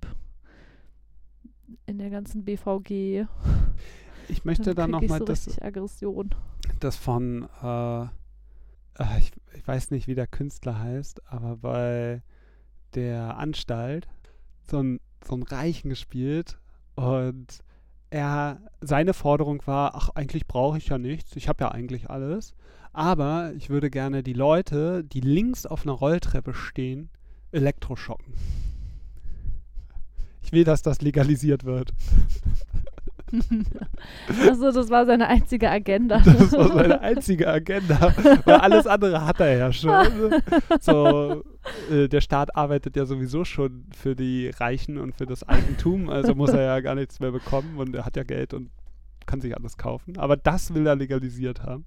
in der ganzen B V G. Ich möchte Dann dann krieg ich nochmal so das, richtig Aggression. das von, äh, äh, ich, ich weiß nicht, wie der Künstler heißt, aber bei der Anstalt so ein, so einen Reichen gespielt und er, seine Forderung war, ach, eigentlich brauche ich ja nichts, ich habe ja eigentlich alles, aber ich würde gerne die Leute, die links auf einer Rolltreppe stehen, elektroschocken. Ich will, dass das legalisiert wird. Also das war seine einzige Agenda. Das war seine einzige Agenda, weil alles andere hat er ja schon. So, äh, der Staat arbeitet ja sowieso schon für die Reichen und für das Eigentum, also muss er ja gar nichts mehr bekommen und er hat ja Geld und kann sich alles kaufen. Aber das will er legalisiert haben.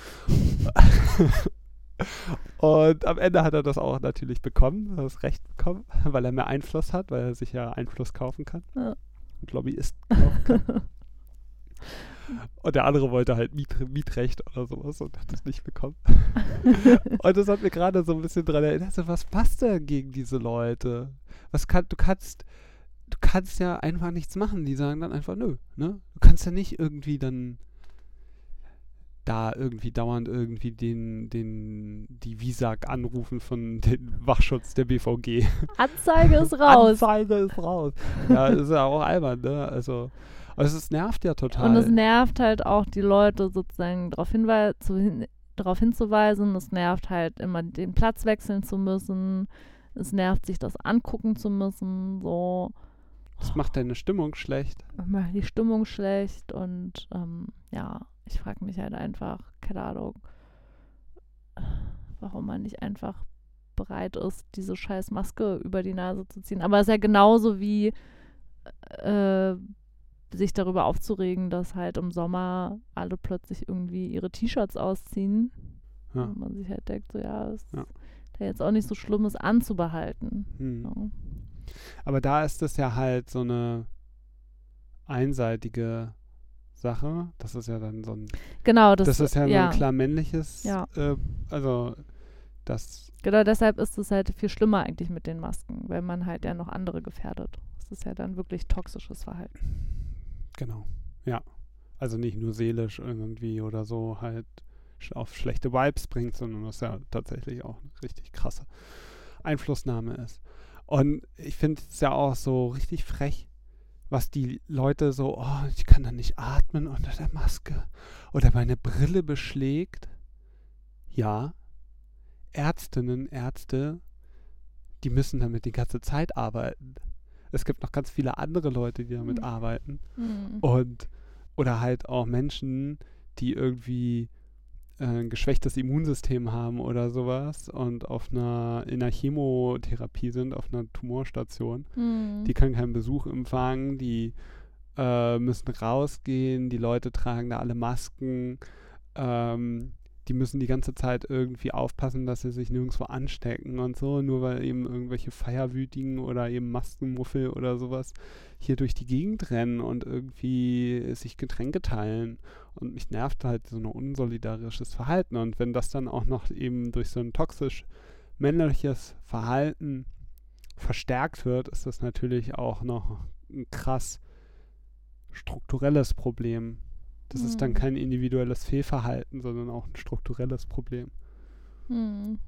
Und am Ende hat er das auch natürlich bekommen, das Recht bekommen, weil er mehr Einfluss hat, weil er sich ja Einfluss kaufen kann. Ja. Und Lobbyisten kaufen kann. Und der andere wollte halt Miet, Mietrecht oder sowas und hat es nicht bekommen. Und das hat mir gerade so ein bisschen dran erinnert, so, was passt denn gegen diese Leute? Was kann, du kannst, du kannst ja einfach nichts machen. Die sagen dann einfach, nö, ne? Du kannst ja nicht irgendwie dann da irgendwie dauernd irgendwie den, den, die Visag anrufen von dem Wachschutz der B V G. Anzeige ist raus. Anzeige ist raus. Ja, ist ja auch albern, ne? Also, also es nervt ja total. Und es nervt halt auch die Leute sozusagen darauf hinwei- zu hin- darauf hinzuweisen. Es nervt halt immer den Platz wechseln zu müssen. Es nervt sich das angucken zu müssen. So. Das macht deine Stimmung schlecht. Macht die Stimmung schlecht und ähm, ja, ich frage mich halt einfach, keine Ahnung, warum man nicht einfach bereit ist, diese scheiß Maske über die Nase zu ziehen. Aber es ist ja genauso wie äh, sich darüber aufzuregen, dass halt im Sommer alle plötzlich irgendwie ihre T-Shirts ausziehen. Ja. Und man sich halt denkt, so ja, ist Ja. da jetzt auch nicht so schlimm, es anzubehalten. Hm. Ja. Aber da ist es ja halt so eine einseitige Sache. Das ist ja dann so ein, Genau, das, das ist ja, ja so ein klar männliches, Ja. äh, also das, Genau, deshalb ist es halt viel schlimmer eigentlich mit den Masken, weil man halt ja noch andere gefährdet. Das ist ja dann wirklich toxisches Verhalten. genau, ja. Also nicht nur seelisch irgendwie oder so halt sch- auf schlechte Vibes bringt, sondern was ja tatsächlich auch eine richtig krasse Einflussnahme ist. Und ich finde es ja auch so richtig frech, was die Leute so, oh, ich kann da nicht atmen unter der Maske oder meine Brille beschlägt. Ja, Ärztinnen, Ärzte, die müssen damit die ganze Zeit arbeiten. Es gibt noch ganz viele andere Leute, die damit Mhm. arbeiten. Mhm. Und oder halt auch Menschen, die irgendwie äh, ein geschwächtes Immunsystem haben oder sowas und auf einer, in einer Chemotherapie sind, auf einer Tumorstation. Mhm. Die können keinen Besuch empfangen, die äh, müssen rausgehen, die Leute tragen da alle Masken, ähm, die müssen die ganze Zeit irgendwie aufpassen, dass sie sich nirgendwo anstecken und so, nur weil eben irgendwelche Feierwütigen oder eben Maskenmuffel oder sowas hier durch die Gegend rennen und irgendwie sich Getränke teilen. Und mich nervt halt so ein unsolidarisches Verhalten. Und wenn das dann auch noch eben durch so ein toxisch männliches Verhalten verstärkt wird, ist das natürlich auch noch ein krass strukturelles Problem. Das ist dann Mhm. kein individuelles Fehlverhalten, sondern auch ein strukturelles Problem. Mhm.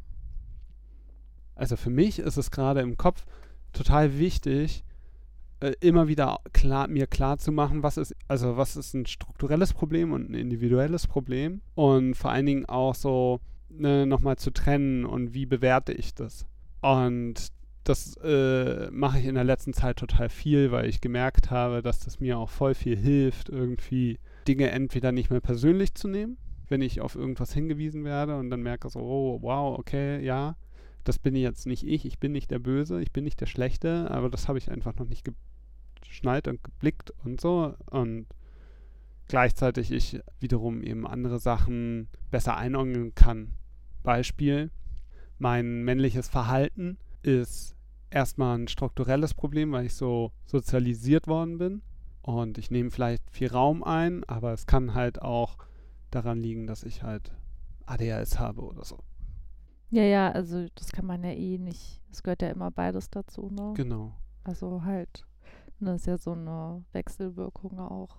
Also für mich ist es gerade im Kopf total wichtig, äh, immer wieder klar, mir klar zu machen, was ist, also was ist ein strukturelles Problem und ein individuelles Problem und vor allen Dingen auch so ne, nochmal zu trennen und wie bewerte ich das. Und das äh, mache ich in der letzten Zeit total viel, weil ich gemerkt habe, dass das mir auch voll viel hilft, irgendwie Dinge entweder nicht mehr persönlich zu nehmen, wenn ich auf irgendwas hingewiesen werde und dann merke so, oh, wow, okay, ja, das bin jetzt nicht ich, ich bin nicht der Böse, ich bin nicht der Schlechte, aber das habe ich einfach noch nicht geschnallt und geblickt und so und gleichzeitig ich wiederum eben andere Sachen besser einordnen kann. Beispiel, mein männliches Verhalten ist erstmal ein strukturelles Problem, weil ich so sozialisiert worden bin und ich nehme vielleicht viel Raum ein, aber es kann halt auch daran liegen, dass ich halt A D H S habe oder so. Ja, ja, also das kann man ja eh nicht. Es gehört ja immer beides dazu, ne? Genau. Also halt, ne, ist ja so eine Wechselwirkung auch.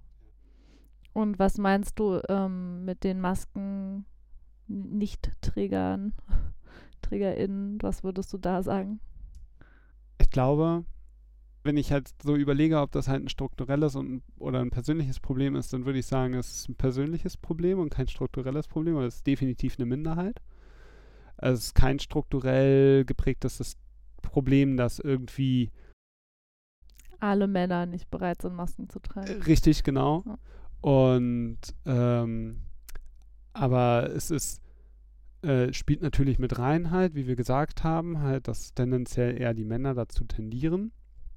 Und was meinst du ähm, mit den Masken Nicht-Trägern, TrägerInnen, was würdest du da sagen? Ich glaube, wenn ich halt so überlege, ob das halt ein strukturelles und, oder ein persönliches Problem ist, dann würde ich sagen, es ist ein persönliches Problem und kein strukturelles Problem, weil es ist definitiv eine Minderheit. Also es ist kein strukturell geprägtes Problem, das irgendwie Alle Männer nicht bereit sind, Masken zu tragen. richtig genau. Ja. Und ähm, aber es ist äh, spielt natürlich mit rein halt, wie wir gesagt haben, halt, dass tendenziell eher die Männer dazu tendieren,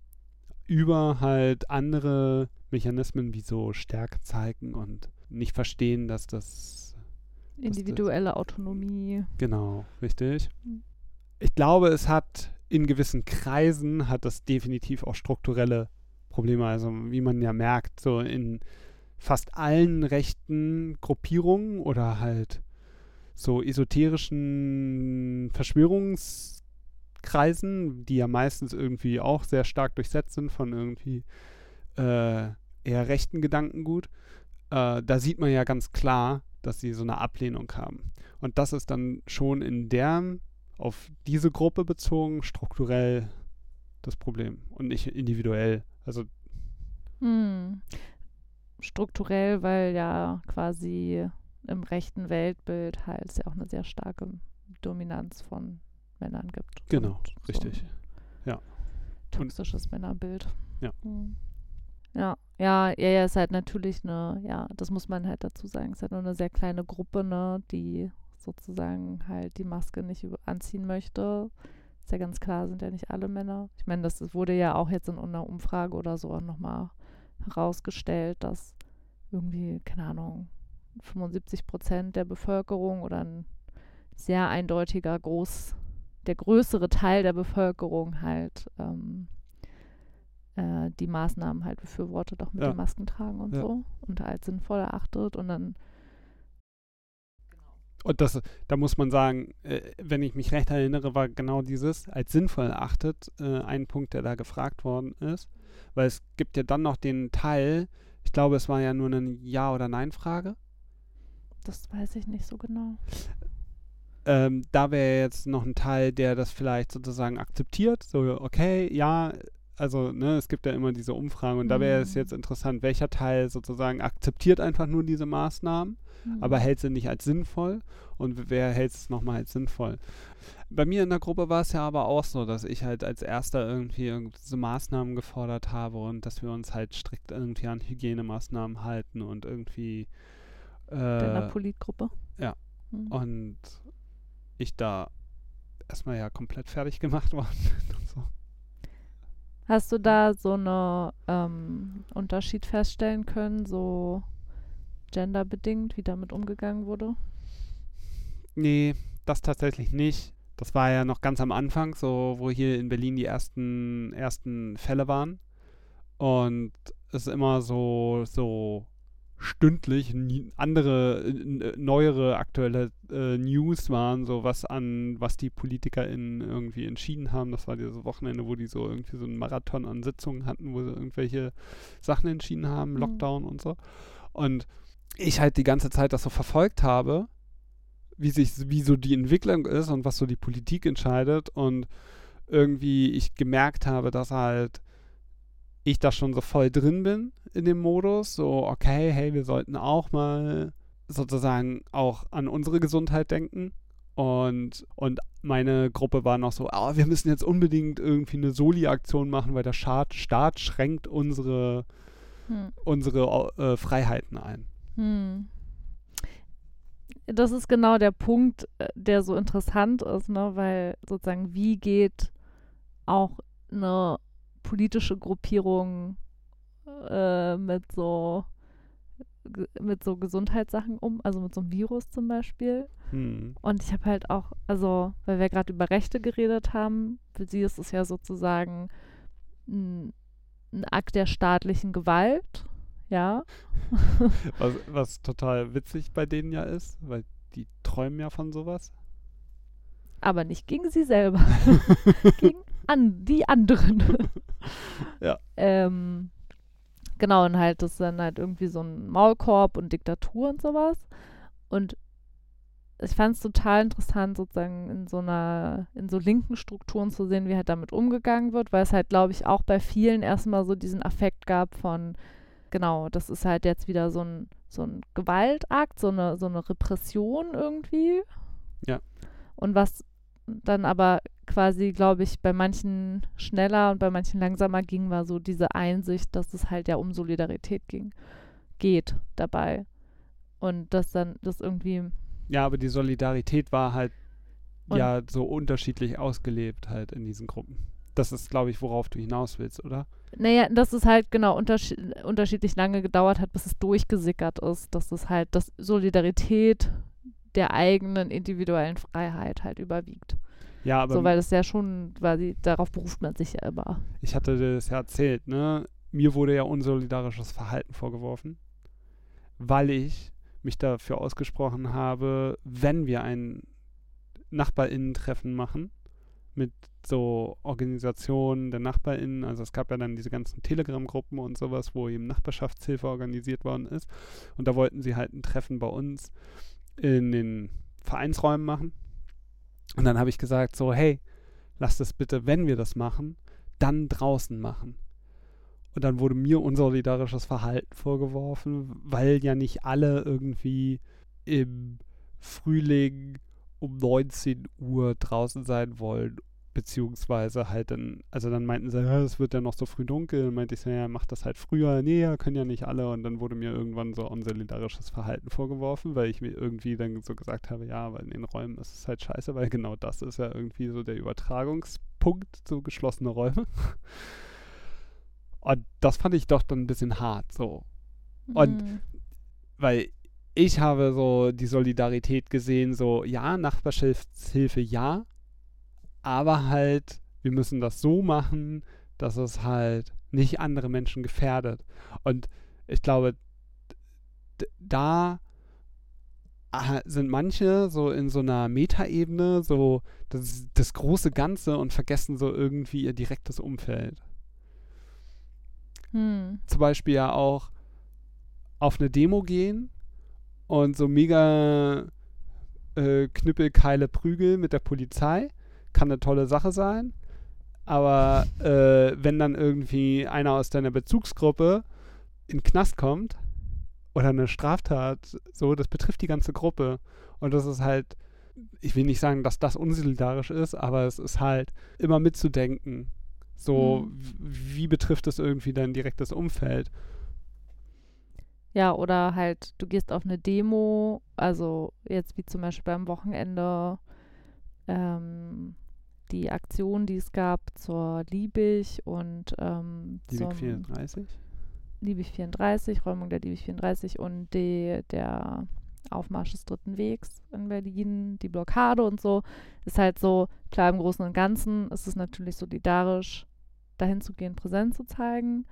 über halt andere Mechanismen wie so Stärke zeigen und nicht verstehen, dass das Individuelle Autonomie. genau, richtig. Mhm. Ich glaube, es hat in gewissen Kreisen hat das definitiv auch strukturelle Probleme. Also wie man ja merkt, so in fast allen rechten Gruppierungen oder halt so esoterischen Verschwörungskreisen, die ja meistens irgendwie auch sehr stark durchsetzt sind von irgendwie äh, eher rechten Gedankengut, äh, da sieht man ja ganz klar, dass sie so eine Ablehnung haben. Und das ist dann schon in der, auf diese Gruppe bezogen, strukturell das Problem und nicht individuell. Also Hm. Strukturell, weil ja quasi im rechten Weltbild halt es ja auch eine sehr starke Dominanz von Männern gibt. genau, Und so richtig. ein toxisches Männerbild. Ja. Hm. Ja, ja, ja, ja, ist halt natürlich eine, ja, das muss man halt dazu sagen, ist halt nur eine sehr kleine Gruppe, ne, die sozusagen halt die Maske nicht über- anziehen möchte. Ist ja ganz klar, sind ja nicht alle Männer. Ich meine, das, das wurde ja auch jetzt in einer Umfrage oder so auch nochmal herausgestellt, dass irgendwie, keine Ahnung, fünfundsiebzig Prozent der Bevölkerung oder ein sehr eindeutiger Groß, der größere Teil der Bevölkerung halt ähm, äh, die Maßnahmen halt befürwortet, auch mit Ja. dem Maskentragen und Ja. so und als sinnvoll erachtet und dann Und das, da muss man sagen, äh, wenn ich mich recht erinnere, war genau dieses als sinnvoll erachtet äh, ein Punkt, der da gefragt worden ist. Weil es gibt ja dann noch den Teil, ich glaube, es war ja nur eine Ja- oder Nein-Frage. das weiß ich nicht so genau. Ähm, da wäre jetzt noch ein Teil, der das vielleicht sozusagen akzeptiert. So, okay, ja, also ne, es gibt ja immer diese Umfragen und da wäre es Mhm. jetzt interessant, welcher Teil sozusagen akzeptiert einfach nur diese Maßnahmen, Hm. aber hält sie nicht als sinnvoll und wer hält es nochmal als sinnvoll. Bei mir in der Gruppe war es ja aber auch so, dass ich halt als erster irgendwie irgend- diese Maßnahmen gefordert habe und dass wir uns halt strikt irgendwie an Hygienemaßnahmen halten und irgendwie Deiner äh, Politgruppe. ja. Hm. und ich da erstmal ja komplett fertig gemacht worden bin und so. Hast du da so einen ähm, Unterschied feststellen können, so genderbedingt, wie damit umgegangen wurde? Nee, das tatsächlich nicht. Das war ja noch ganz am Anfang, so wo hier in Berlin die ersten, ersten Fälle waren. Und es immer so, so stündlich nie, andere, äh, neuere, aktuelle äh, News waren, so was an, was die PolitikerInnen irgendwie entschieden haben. Das war dieses Wochenende, wo die so irgendwie so einen Marathon an Sitzungen hatten, wo sie irgendwelche Sachen entschieden haben, Mhm. Lockdown und so. Und ich halt die ganze Zeit das so verfolgt habe, wie sich, wie so die Entwicklung ist und was so die Politik entscheidet und irgendwie ich gemerkt habe, dass halt ich da schon so voll drin bin in dem Modus, so okay, hey, wir sollten auch mal sozusagen auch an unsere Gesundheit denken und, und meine Gruppe war noch so, ah, wir müssen jetzt unbedingt irgendwie eine Soli-Aktion machen, weil der Staat, Staat schränkt unsere, Hm. unsere äh, Freiheiten ein. Hm. Das ist genau der Punkt, äh, der so interessant ist, ne? Weil sozusagen, wie geht auch eine politische Gruppierung äh, mit so ge- mit so Gesundheitssachen um, also mit so einem Virus zum Beispiel. Hm. Und ich habe halt auch, also, weil wir gerade über Rechte geredet haben, für sie ist es ja sozusagen ein, ein Akt der staatlichen Gewalt, ja. Was, was total witzig bei denen ja ist, weil die träumen ja von sowas. Aber nicht gegen sie selber. Gegen an, die anderen. Ja. Ähm, genau, und halt, das ist dann halt irgendwie so ein Maulkorb und Diktatur und sowas. Und ich fand es total interessant, sozusagen in so einer, in so linken Strukturen zu sehen, wie halt damit umgegangen wird, weil es halt, glaube ich, auch bei vielen erstmal so diesen Affekt gab von, genau, das ist halt jetzt wieder so ein, so ein Gewaltakt, so eine, so eine Repression irgendwie. Ja. Und was dann aber quasi, glaube ich, bei manchen schneller und bei manchen langsamer ging, war so diese Einsicht, dass es halt ja um Solidarität ging, geht dabei. Und dass dann das irgendwie Ja, aber die Solidarität war halt Und- ja so unterschiedlich ausgelebt halt in diesen Gruppen. Das ist, glaube ich, worauf du hinaus willst, oder? Naja, dass es halt genau unterschied unterschiedlich lange gedauert hat, bis es durchgesickert ist, dass es halt, dass Solidarität der eigenen individuellen Freiheit halt überwiegt. Ja, aber So, weil das ja schon, quasi, darauf beruft man sich ja immer. ich hatte dir das ja erzählt, ne? Mir wurde ja unsolidarisches Verhalten vorgeworfen, weil ich mich dafür ausgesprochen habe, wenn wir ein NachbarInnen-Treffen machen mit so Organisationen der NachbarInnen, also es gab ja dann diese ganzen Telegram-Gruppen und sowas, wo eben Nachbarschaftshilfe organisiert worden ist und da wollten sie halt ein Treffen bei uns in den Vereinsräumen machen und dann habe ich gesagt so, hey, lass das bitte, wenn wir das machen, dann draußen machen. Und dann wurde mir unsolidarisches Verhalten vorgeworfen, weil ja nicht alle irgendwie im Frühling um neunzehn Uhr draußen sein wollen, beziehungsweise halt dann, also dann meinten sie, ja, es wird ja noch so früh dunkel, dann meinte ich so, ja, mach das halt früher, nee, ja, können ja nicht alle und dann wurde mir irgendwann so unsolidarisches Verhalten vorgeworfen, weil ich mir irgendwie dann so gesagt habe, ja, aber in den Räumen ist es halt scheiße, weil genau das ist ja irgendwie so der Übertragungspunkt, so geschlossene Räume. Und das fand ich doch dann ein bisschen hart so. Und Mhm. weil ich habe so die Solidarität gesehen, so ja, Nachbarschaftshilfe ja, aber halt, wir müssen das so machen, dass es halt nicht andere Menschen gefährdet. Und ich glaube, d- da ah, sind manche so in so einer Metaebene, so das, das große Ganze und vergessen so irgendwie ihr direktes Umfeld. Hm. Zum Beispiel ja auch auf eine Demo gehen und so mega äh, knüppelkeile Prügel mit der Polizei. Kann eine tolle Sache sein. Aber äh, wenn dann irgendwie einer aus deiner Bezugsgruppe in den Knast kommt oder eine Straftat, so, das betrifft die ganze Gruppe. Und das ist halt, ich will nicht sagen, dass das unsolidarisch ist, aber es ist halt immer mitzudenken. So, Mhm. w- wie betrifft es irgendwie dein direktes Umfeld? Ja, oder halt, du gehst auf eine Demo, also jetzt wie zum Beispiel beim Wochenende ähm, die Aktion, die es gab zur Liebig und ähm, Die zum Weg vierunddreißig? Liebig vierunddreißig, Räumung der Liebig vierunddreißig und die, der Aufmarsch des Dritten Wegs in Berlin, die Blockade und so, ist halt so, klar, im Großen und Ganzen ist es natürlich solidarisch, dahin zu gehen, Präsenz zu zeigen,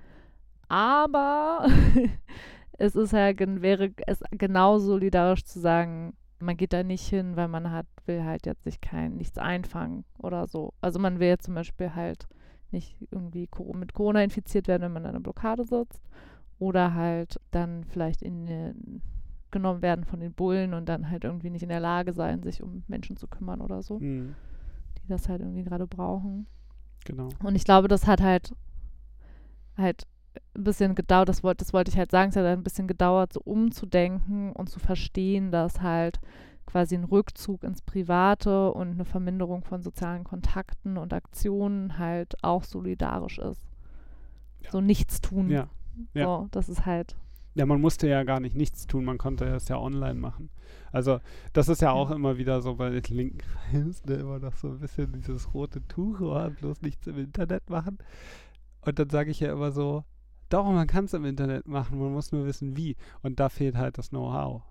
aber es ist ja, gen- wäre es genau solidarisch zu sagen, man geht da nicht hin, weil man hat, will halt jetzt sich kein, nichts einfangen oder so. Also man will jetzt zum Beispiel halt nicht irgendwie Co- mit Corona infiziert werden, wenn man an einer Blockade sitzt. Oder halt dann vielleicht in den, genommen werden von den Bullen und dann halt irgendwie nicht in der Lage sein, sich um Menschen zu kümmern oder so, Hm, die das halt irgendwie gerade brauchen. genau. Und ich glaube, das hat halt halt ein bisschen gedauert, das wollte, das wollte ich halt sagen, es hat ein bisschen gedauert, so umzudenken und zu verstehen, dass halt quasi ein Rückzug ins Private und eine Verminderung von sozialen Kontakten und Aktionen halt auch solidarisch ist. Ja. So nichts tun. Ja. ja. So, das ist halt. Ja, man musste ja gar nicht nichts tun, man konnte es ja online machen. Also das ist ja auch Ja. immer wieder so bei den linken Kreisen, ne, immer noch so ein bisschen dieses rote Tuch, oh, bloß nichts im Internet machen. Und dann sage ich ja immer so, doch, man kann es im Internet machen, man muss nur wissen wie. Und da fehlt halt das Know-how.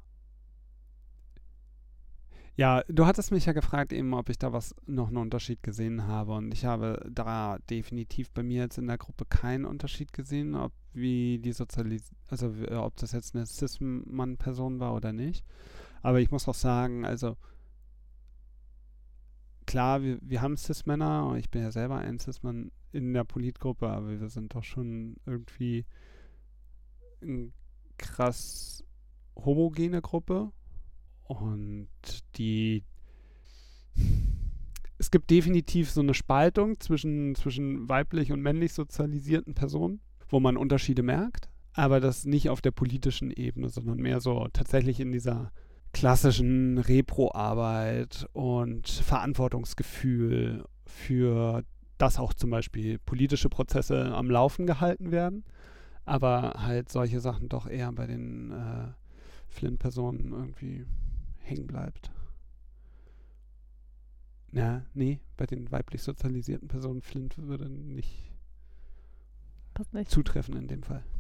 Ja, du hattest mich ja gefragt eben, ob ich da was noch einen Unterschied gesehen habe und ich habe da definitiv bei mir jetzt in der Gruppe keinen Unterschied gesehen, ob wie die Sozialis also w- ob das jetzt eine Cis-Mann-Person war oder nicht. Aber ich muss auch sagen, also klar, wir, wir haben Cis-Männer und ich bin ja selber ein Cis-Mann in der Politgruppe, aber wir sind doch schon irgendwie eine krass homogene Gruppe. Und die, es gibt definitiv so eine Spaltung zwischen, zwischen weiblich und männlich sozialisierten Personen, wo man Unterschiede merkt, aber das nicht auf der politischen Ebene, sondern mehr so tatsächlich in dieser klassischen Repro-Arbeit und Verantwortungsgefühl für dass auch zum Beispiel politische Prozesse am Laufen gehalten werden, aber halt solche Sachen doch eher bei den äh, Flint-Personen irgendwie hängen bleibt. Ja, nee, bei den weiblich sozialisierten Personen Flint würde nicht Passt nicht. zutreffen in dem Fall.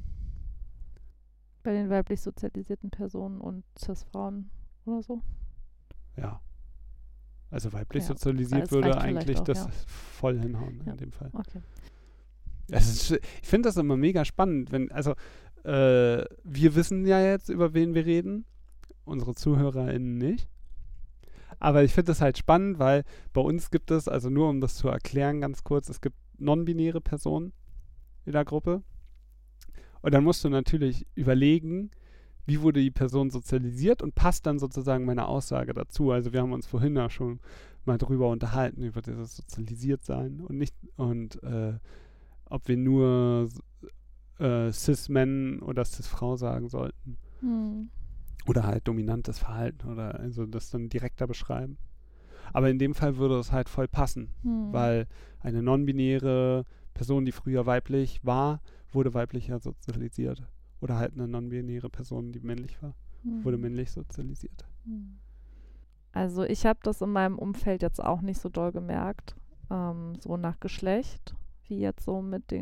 Bei den weiblich sozialisierten Personen und Cis-Frauen oder so. Ja. Also weiblich Ja, sozialisiert es würde reicht vielleicht eigentlich auch, das ja. voll hinhauen Ja. in dem Fall. Okay. Es ist, ich finde das immer mega spannend, wenn, also äh, wir wissen ja jetzt, über wen wir reden, unsere ZuhörerInnen nicht. Aber ich finde das halt spannend, weil bei uns gibt es, also nur um das zu erklären ganz kurz, es gibt non-binäre Personen in der Gruppe. Und dann musst du natürlich überlegen, wie wurde die Person sozialisiert und passt dann sozusagen meine Aussage dazu. Also wir haben uns vorhin ja schon mal drüber unterhalten, über dieses Sozialisiertsein und nicht, und äh, ob wir nur äh, Cis-Men oder Cis-Frau sagen sollten. Hm. Oder halt dominantes Verhalten oder also das dann direkter beschreiben. Aber in dem Fall würde es halt voll passen, Hm. weil eine non-binäre Person, die früher weiblich war, wurde weiblicher sozialisiert. Oder halt eine non-binäre Person, die männlich war, Hm. wurde männlich sozialisiert. Hm. Also ich habe das in meinem Umfeld jetzt auch nicht so doll gemerkt, ähm, so nach Geschlecht, wie jetzt so mit den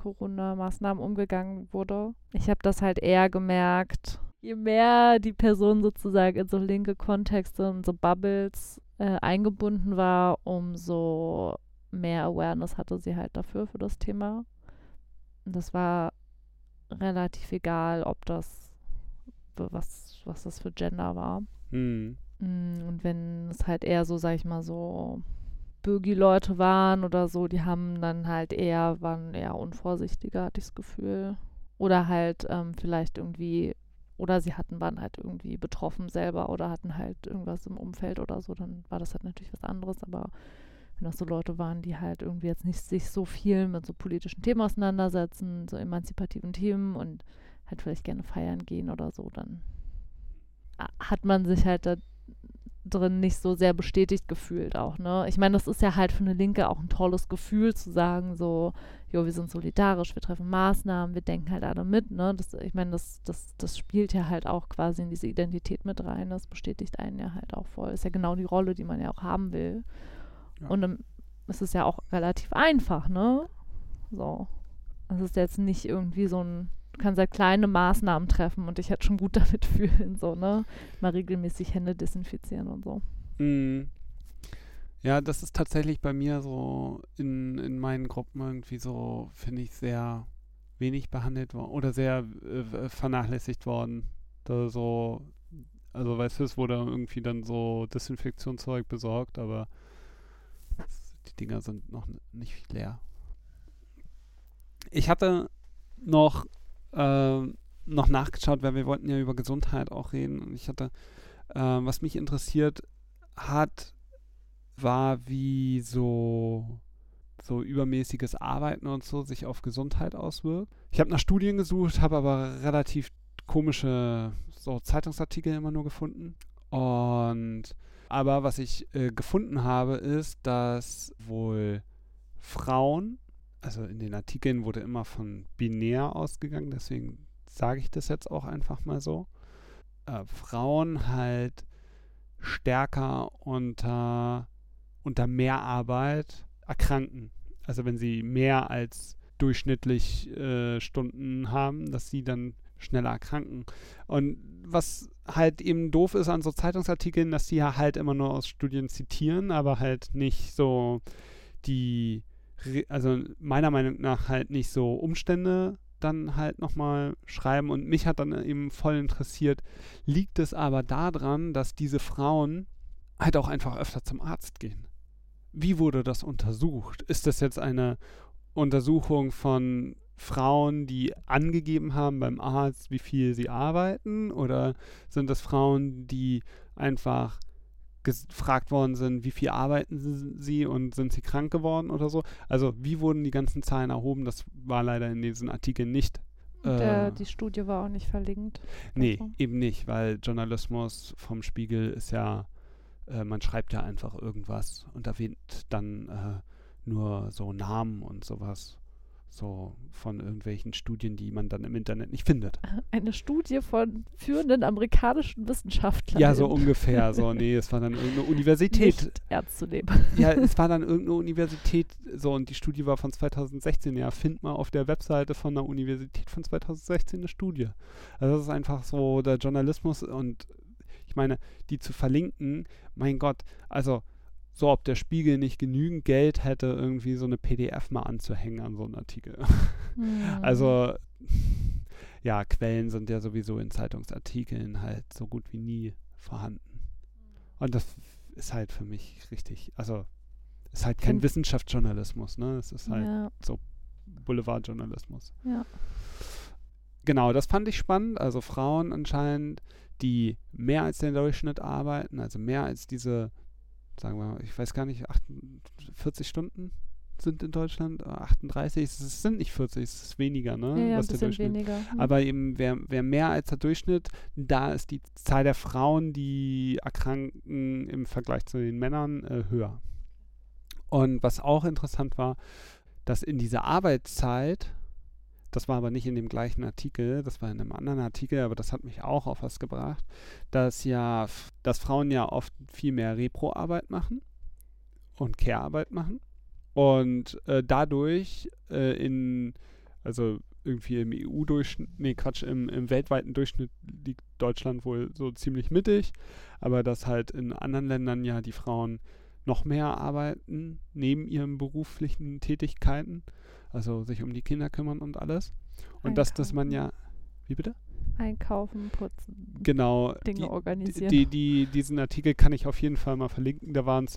Corona-Maßnahmen umgegangen wurde. Ich habe das halt eher gemerkt, je mehr die Person sozusagen in so linke Kontexte und so Bubbles äh, eingebunden war, umso mehr Awareness hatte sie halt dafür, für das Thema. Und das war relativ egal, ob das, was, was das für Gender war. Hm. Und wenn es halt eher so, sag ich mal, so Bögi-Leute waren oder so, die haben dann halt eher, waren eher unvorsichtiger, hatte ich das Gefühl. Oder halt ähm, vielleicht irgendwie, oder sie hatten, waren halt irgendwie betroffen selber oder hatten halt irgendwas im Umfeld oder so, dann war das halt natürlich was anderes. Aber wenn das so Leute waren, die halt irgendwie jetzt nicht sich so viel mit so politischen Themen auseinandersetzen, so emanzipativen Themen und halt vielleicht gerne feiern gehen oder so, dann hat man sich halt da drin nicht so sehr bestätigt gefühlt auch, ne? Ich meine, das ist ja halt für eine Linke auch ein tolles Gefühl zu sagen, so, jo, wir sind solidarisch, wir treffen Maßnahmen, wir denken halt alle mit, ne? Das, ich meine, das, das, das spielt ja halt auch quasi in diese Identität mit rein, das bestätigt einen ja halt auch voll. Ist ja genau die Rolle, die man ja auch haben will. Ja. Und dann ist es ja auch relativ einfach, ne? So. Es ist jetzt nicht irgendwie so ein, du kannst halt kleine Maßnahmen treffen und dich halt schon gut damit fühlen, so, ne? Mal regelmäßig Hände desinfizieren und so. Mm. Ja, das ist tatsächlich bei mir so in, in meinen Gruppen irgendwie so, finde ich, sehr wenig behandelt worden oder sehr äh, vernachlässigt worden. Da so, also weißt du, es wurde irgendwie dann so Desinfektionszeug besorgt, aber die Dinger sind noch n- nicht leer. Ich hatte noch äh, noch nachgeschaut, weil wir wollten ja über Gesundheit auch reden und ich hatte, äh, was mich interessiert hat, war, wie so so übermäßiges Arbeiten und so sich auf Gesundheit auswirkt. Ich habe nach Studien gesucht, habe aber relativ komische so Zeitungsartikel immer nur gefunden. Und aber was ich äh, gefunden habe, ist, dass wohl Frauen, also in den Artikeln wurde immer von binär ausgegangen, deswegen sage ich das jetzt auch einfach mal so, äh, Frauen halt stärker unter, unter Mehrarbeit erkranken. Also wenn sie mehr als durchschnittlich äh, Stunden haben, dass sie dann schneller erkranken. Und was halt eben doof ist an so Zeitungsartikeln, dass die ja halt immer nur aus Studien zitieren, aber halt nicht so die, also meiner Meinung nach halt nicht so Umstände dann halt nochmal schreiben. Und mich hat dann eben voll interessiert, liegt es aber daran, dass diese Frauen halt auch einfach öfter zum Arzt gehen? Wie wurde das untersucht? Ist das jetzt eine Untersuchung von Frauen, die angegeben haben beim Arzt, wie viel sie arbeiten? Oder sind das Frauen, die einfach gefragt worden sind, wie viel arbeiten sie und sind sie krank geworden oder so? Also wie wurden die ganzen Zahlen erhoben? Das war leider in diesen Artikeln nicht. Der, äh, die Studie war auch nicht verlinkt. Nee, Also. eben nicht, weil Journalismus vom Spiegel ist ja, äh, man schreibt ja einfach irgendwas und erwähnt dann äh, nur so Namen und sowas. So von irgendwelchen Studien, die man dann im Internet nicht findet. Eine Studie von führenden amerikanischen Wissenschaftlern. Ja, so ungefähr. So, nee, es war dann irgendeine Universität. Nicht ernst zu nehmen. Ja, es war dann irgendeine Universität, so, und die Studie war von zweitausendsechzehn. Ja, find mal auf der Webseite von der Universität von zweitausendsechzehn eine Studie. Also das ist einfach so der Journalismus und ich meine, die zu verlinken, mein Gott, also so, ob der Spiegel nicht genügend Geld hätte, irgendwie so eine P D F mal anzuhängen an so einen Artikel. Hm. Also, ja, Quellen sind ja sowieso in Zeitungsartikeln halt so gut wie nie vorhanden. Und das ist halt für mich richtig, also, ist halt kein Find- Wissenschaftsjournalismus, ne? Es ist halt Ja, so Boulevardjournalismus. ja. Genau, das fand ich spannend. Also Frauen anscheinend, die mehr als den Durchschnitt arbeiten, also mehr als diese, sagen wir mal, ich weiß gar nicht, achtundvierzig Stunden sind in Deutschland, achtunddreißig, es sind nicht vierzig, es ist weniger, ne? Ja, ja, ein was der bisschen Durchschnitt. weniger. Hm. Aber eben, wer, wer mehr als der Durchschnitt, da ist die Zahl der Frauen, die erkranken im Vergleich zu den Männern äh, höher. Und was auch interessant war, dass in dieser Arbeitszeit, das war aber nicht in dem gleichen Artikel, das war in einem anderen Artikel, aber das hat mich auch auf was gebracht, dass ja, dass Frauen ja oft viel mehr Repro-Arbeit machen und Care-Arbeit machen und äh, dadurch äh, in Also irgendwie im E U-Durchschnitt, nee Quatsch, im, im weltweiten Durchschnitt liegt Deutschland wohl so ziemlich mittig, aber dass halt in anderen Ländern ja die Frauen noch mehr arbeiten, neben ihren beruflichen Tätigkeiten, also sich um die Kinder kümmern und alles. Und dass das man ja, wie bitte? Einkaufen, putzen, Genau, Dinge die, organisieren. Die, die, diesen Artikel kann ich auf jeden Fall mal verlinken. Da waren es,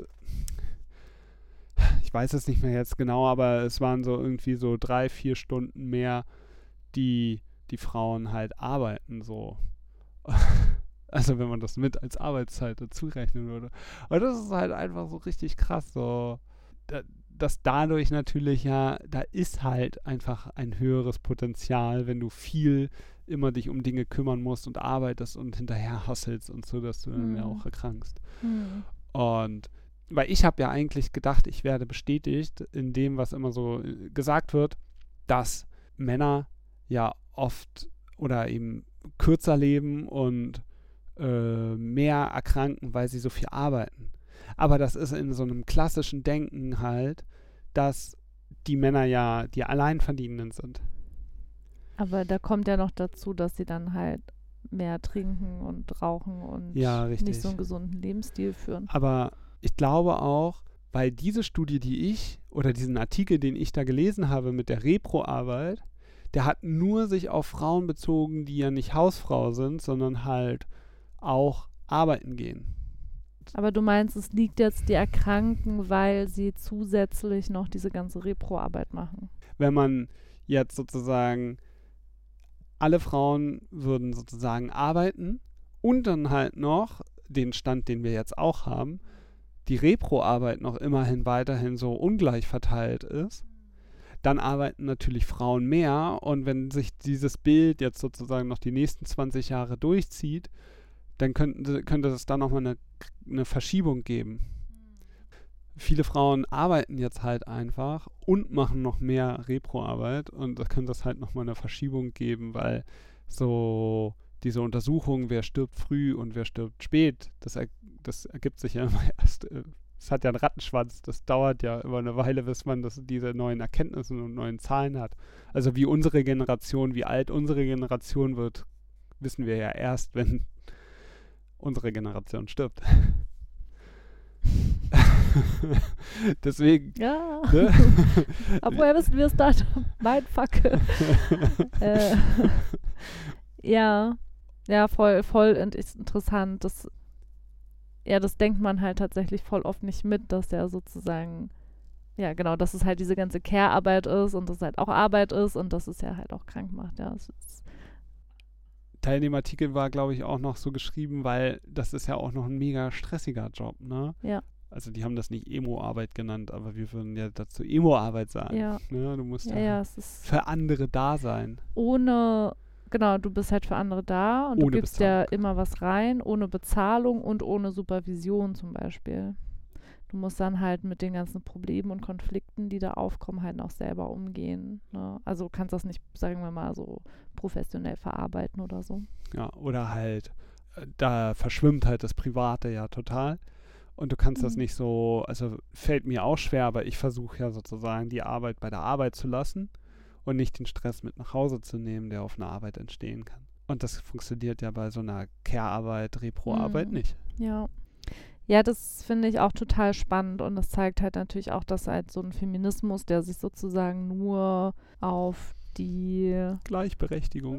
ich weiß es nicht mehr jetzt genau, aber es waren so irgendwie so drei, vier Stunden mehr, die die Frauen halt arbeiten, so. Also wenn man das mit als Arbeitszeit dazu rechnen würde. Und das ist halt einfach so richtig krass, so. Da, dass dadurch natürlich ja, da ist halt einfach ein höheres Potenzial, wenn du viel immer dich um Dinge kümmern musst und arbeitest und hinterher hasselst und so, dass du dann Mhm. ja auch erkrankst. Hm. Und weil ich habe ja eigentlich gedacht, ich werde bestätigt in dem, was immer so äh, gesagt wird, dass Männer ja oft oder eben kürzer leben und äh, mehr erkranken, weil sie so viel arbeiten. Aber das ist in so einem klassischen Denken halt, dass die Männer ja die Alleinverdienenden sind. Aber da kommt ja noch dazu, dass sie dann halt mehr trinken und rauchen und Ja, richtig. nicht so einen gesunden Lebensstil führen. Aber ich glaube auch, weil diese Studie, die ich oder diesen Artikel, den ich da gelesen habe mit der Repro-Arbeit, der hat nur sich auf Frauen bezogen, die ja nicht Hausfrau sind, sondern halt auch arbeiten gehen. Aber du meinst, es liegt jetzt die Erkrankten, weil sie zusätzlich noch diese ganze Repro-Arbeit machen. Wenn man jetzt sozusagen, alle Frauen würden sozusagen arbeiten und dann halt noch den Stand, den wir jetzt auch haben, die Repro-Arbeit noch immerhin weiterhin so ungleich verteilt ist, dann arbeiten natürlich Frauen mehr und wenn sich dieses Bild jetzt sozusagen noch die nächsten zwanzig Jahre durchzieht, dann könnte, könnte es da nochmal eine, eine Verschiebung geben. Viele Frauen arbeiten jetzt halt einfach und machen noch mehr Repro-Arbeit und da könnte es halt nochmal eine Verschiebung geben, weil so diese Untersuchung, wer stirbt früh und wer stirbt spät, das, er, das ergibt sich ja immer erst, es hat ja einen Rattenschwanz, das dauert ja immer eine Weile, bis man das, diese neuen Erkenntnisse und neuen Zahlen hat. Also wie unsere Generation, wie alt unsere Generation wird, wissen wir ja erst, wenn unsere Generation stirbt. Deswegen. Ja. Ne? Aber woher wissen wir es dann? Mein Fuck. äh, ja. Ja, voll, voll interessant. Das, ja, das denkt man halt tatsächlich voll oft nicht mit, dass ja sozusagen, ja genau, dass es halt diese ganze Care-Arbeit ist und dass es halt auch Arbeit ist und dass es ja halt auch krank macht. Ja, es ist Teil in dem Artikel war, glaube ich, auch noch so geschrieben, weil das ist ja auch noch ein mega stressiger Job, ne? Ja. Also die haben das nicht Emo-Arbeit genannt, aber wir würden ja dazu Emo-Arbeit sagen. Ja. Ne? Du musst ja, ja, ja, es ist für andere da sein. ohne, genau, du bist halt für andere da und Ohne du gibst Bezahlung. ja immer was rein, ohne Bezahlung und ohne Supervision zum Beispiel. Du musst dann halt mit den ganzen Problemen und Konflikten, die da aufkommen, halt auch selber umgehen. Ne? Also kannst das nicht, sagen wir mal, so professionell verarbeiten oder so. Ja, oder halt, äh, da verschwimmt halt das Private ja total. Und du kannst Mhm. das nicht so, also fällt mir auch schwer, aber ich versuche ja sozusagen die Arbeit bei der Arbeit zu lassen und nicht den Stress mit nach Hause zu nehmen, der auf einer Arbeit entstehen kann. Und das funktioniert ja bei so einer Care-Arbeit, Repro-Arbeit Mhm. nicht. Ja. Ja, das finde ich auch total spannend und das zeigt halt natürlich auch, dass halt so ein Feminismus, der sich sozusagen nur auf die, Gleichberechtigung.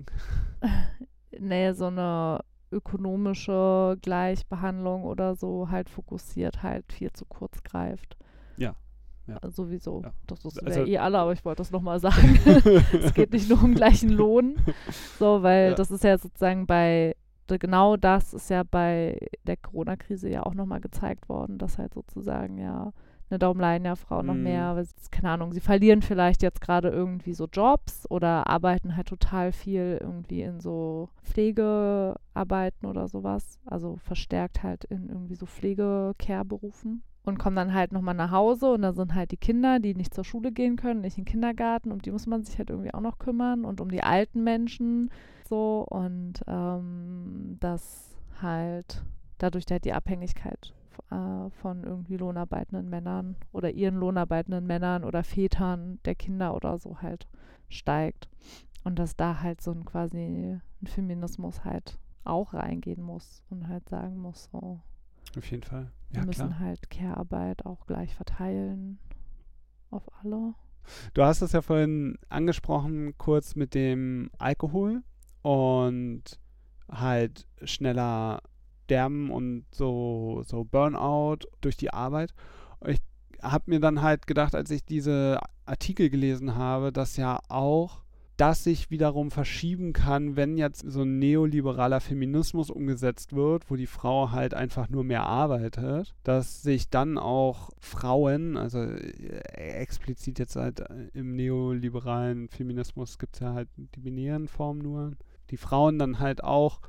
nee, so eine ökonomische Gleichbehandlung oder so halt fokussiert, halt viel zu kurz greift. Ja, ja. Also sowieso. Ja. Das wissen Also- wir eh alle, aber ich wollte das nochmal sagen. Es geht nicht nur um gleichen Lohn. So, weil Ja. das ist ja sozusagen bei, genau das ist ja bei der Corona-Krise ja auch nochmal gezeigt worden, dass halt sozusagen ja, ne, darum leiden ja Frauen noch Mhm. mehr, weil sie, keine Ahnung, sie verlieren vielleicht jetzt gerade irgendwie so Jobs oder arbeiten halt total viel irgendwie in so Pflegearbeiten oder sowas, also verstärkt halt in irgendwie so Pflege-Care-Berufen und kommen dann halt nochmal nach Hause und da sind halt die Kinder, die nicht zur Schule gehen können, nicht in den Kindergarten, um die muss man sich halt irgendwie auch noch kümmern und um die alten Menschen so und ähm, das halt dadurch halt die Abhängigkeit äh, von irgendwie lohnarbeitenden Männern oder ihren lohnarbeitenden Männern oder Vätern der Kinder oder so halt steigt. Und dass da halt so ein quasi ein Feminismus halt auch reingehen muss und halt sagen muss, so, Auf jeden Fall. wir Ja, müssen klar. halt Care-Arbeit auch gleich verteilen auf alle. Du hast es ja vorhin angesprochen, kurz mit dem Alkohol und halt schneller sterben und so, so Burnout durch die Arbeit. Und ich habe mir dann halt gedacht, als ich diese Artikel gelesen habe, dass ja auch das sich wiederum verschieben kann, wenn jetzt so ein neoliberaler Feminismus umgesetzt wird, wo die Frau halt einfach nur mehr arbeitet, dass sich dann auch Frauen, also äh, explizit jetzt halt äh, im neoliberalen Feminismus gibt es ja halt die binären Formen nur, die Frauen dann halt auch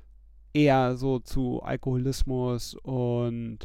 eher so zu Alkoholismus und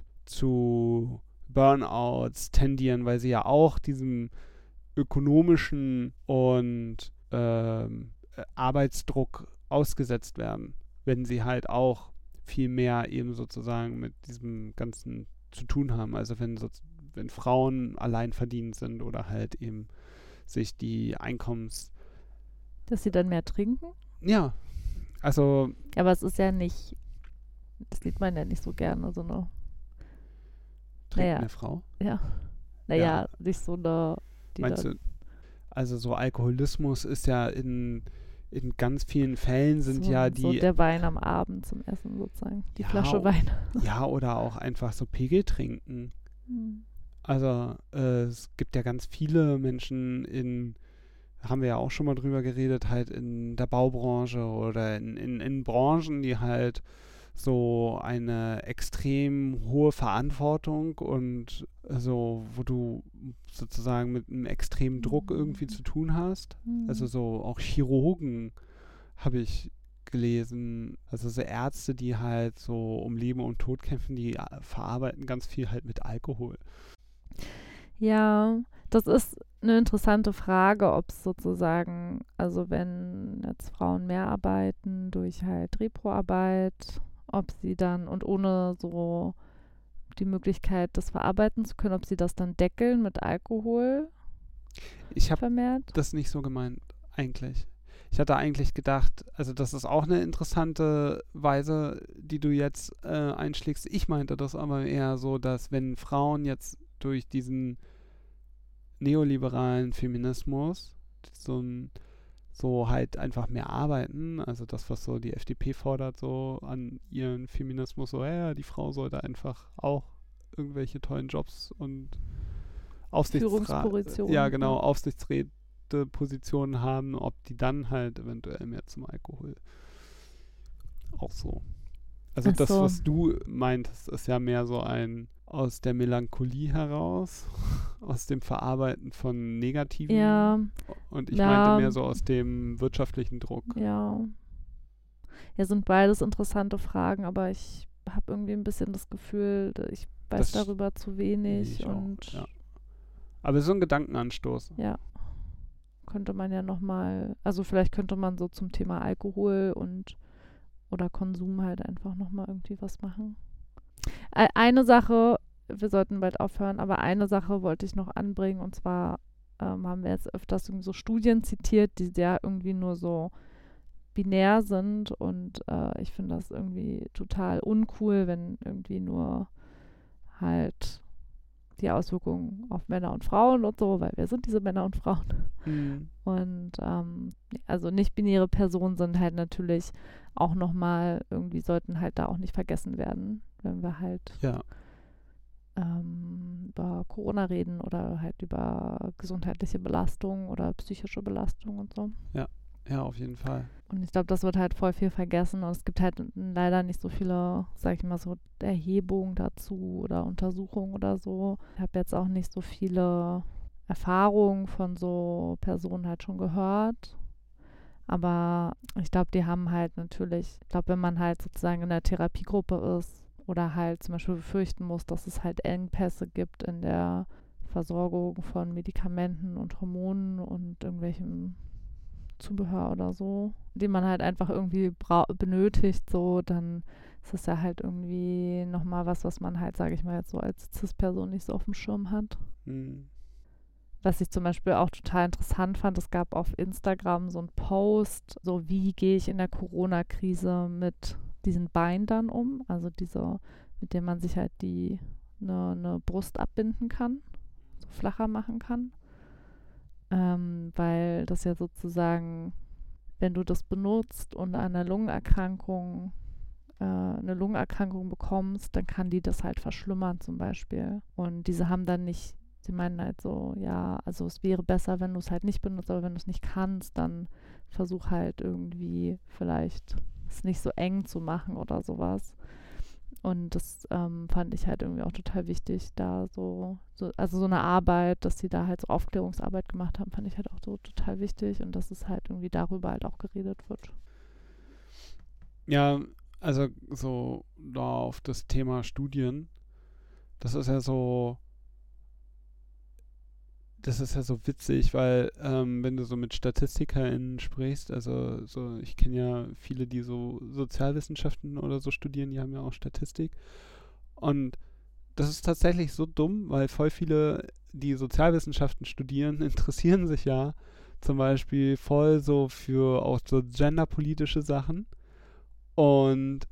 zu Burnouts tendieren, weil sie ja auch diesem ökonomischen und ähm, Arbeitsdruck ausgesetzt werden, wenn sie halt auch viel mehr eben sozusagen mit diesem Ganzen zu tun haben. Also wenn, so, wenn Frauen alleinverdienend sind oder halt eben sich die Einkommens... Dass sie dann mehr trinken? Ja, also... Aber es ist ja nicht, das sieht man ja nicht so gerne, so eine, Trinkt Naja. eine Frau? ja, naja, Ja. nicht so eine, die Meinst dann du, also so Alkoholismus ist ja in, in ganz vielen Fällen sind so, ja so die... der Wein am Abend zum Essen sozusagen, die Ja, Flasche Wein. Ja, oder auch einfach so Pegel trinken. Hm. Also äh, es gibt ja ganz viele Menschen in, haben wir ja auch schon mal drüber geredet, halt in der Baubranche oder in, in, in Branchen, die halt so eine extrem hohe Verantwortung und so, wo du sozusagen mit einem extremen Druck irgendwie zu tun hast. Hm. Also so auch Chirurgen habe ich gelesen, also so Ärzte, die halt so um Leben und Tod kämpfen, die äh, verarbeiten ganz viel halt mit Alkohol. Ja, das ist eine interessante Frage, ob es sozusagen, also wenn jetzt Frauen mehr arbeiten durch halt Repro-Arbeit, ob sie dann und ohne so die Möglichkeit, das verarbeiten zu können, ob sie das dann deckeln mit Alkohol Ich habe vermehrt. das nicht so gemeint, eigentlich. Ich hatte eigentlich gedacht, also das ist auch eine interessante Weise, die du jetzt äh, einschlägst. Ich meinte das aber eher so, dass wenn Frauen jetzt durch diesen neoliberalen Feminismus so, ein, so halt einfach mehr arbeiten, also das, was so die F D P fordert, so an ihren Feminismus, so ja, die Frau sollte einfach auch irgendwelche tollen Jobs und Aufsichtsrat, Führungspositionen, ja genau, ja. Aufsichtsrätepositionen haben, ob die dann halt eventuell mehr zum Alkohol auch so. Also Ach das, so. was du meintest, ist ja mehr so ein aus der Melancholie heraus, aus dem Verarbeiten von Negativen. Ja, Und ich ja. meinte mehr so aus dem wirtschaftlichen Druck. ja. Ja, sind beides interessante Fragen, aber ich habe irgendwie ein bisschen das Gefühl, ich weiß Das darüber zu wenig ich auch, und ja. Aber so ein Gedankenanstoß. ja, könnte man ja nochmal, also vielleicht könnte man so zum Thema Alkohol und oder Konsum halt einfach nochmal irgendwie was machen. Äh, eine Sache, wir sollten bald aufhören, aber eine Sache wollte ich noch anbringen und zwar ähm, haben wir jetzt öfters irgendwie so Studien zitiert, die sehr irgendwie nur so binär sind und äh, ich finde das irgendwie total uncool, wenn irgendwie nur halt die Auswirkungen auf Männer und Frauen und so, weil wir sind diese Männer und Frauen. Mhm. Und ähm, also nicht-binäre Personen sind halt natürlich auch nochmal, irgendwie sollten halt da auch nicht vergessen werden, wenn wir halt Ja, ähm, über Corona reden oder halt über gesundheitliche Belastung oder psychische Belastung und so. ja, auf jeden Fall. Und ich glaube, das wird halt voll viel vergessen und es gibt halt leider nicht so viele, sag ich mal so, Erhebungen dazu oder Untersuchungen oder so. Ich habe jetzt auch nicht so viele Erfahrungen von so Personen halt schon gehört. Aber ich glaube, die haben halt natürlich, ich glaube, wenn man halt sozusagen in der Therapiegruppe ist oder halt zum Beispiel befürchten muss, dass es halt Engpässe gibt in der Versorgung von Medikamenten und Hormonen und irgendwelchem Zubehör oder so, die man halt einfach irgendwie bra- benötigt, so, dann es ist ja halt irgendwie nochmal was, was man halt, sage ich mal jetzt so als Cis-Person nicht so auf dem Schirm hat. Hm. Was ich zum Beispiel auch total interessant fand, es gab auf Instagram so einen Post, so wie gehe ich in der Corona-Krise mit diesen Bindern um, also diese, mit denen man sich halt die eine ne Brust abbinden kann, so flacher machen kann. Ähm, weil das ja sozusagen, wenn du das benutzt und eine Lungenerkrankung, äh, eine Lungenerkrankung bekommst, dann kann die das halt verschlimmern zum Beispiel. Und diese haben dann nicht, sie meinen halt so, ja, also es wäre besser, wenn du es halt nicht benutzt, aber wenn du es nicht kannst, dann versuch halt irgendwie vielleicht es nicht so eng zu machen oder sowas. Und das ähm, fand ich halt irgendwie auch total wichtig, da so, so, also so eine Arbeit, dass sie da halt so Aufklärungsarbeit gemacht haben, fand ich halt auch so total wichtig und dass es halt irgendwie darüber halt auch geredet wird. Ja, also so da auf das Thema Studien, das ist ja so, das ist ja so witzig, weil ähm, wenn du so mit StatistikerInnen sprichst, also so, ich kenne ja viele, die so Sozialwissenschaften oder so studieren, die haben ja auch Statistik. Und das ist tatsächlich so dumm, weil voll viele, die Sozialwissenschaften studieren, interessieren sich ja zum Beispiel voll so für auch so genderpolitische Sachen. Und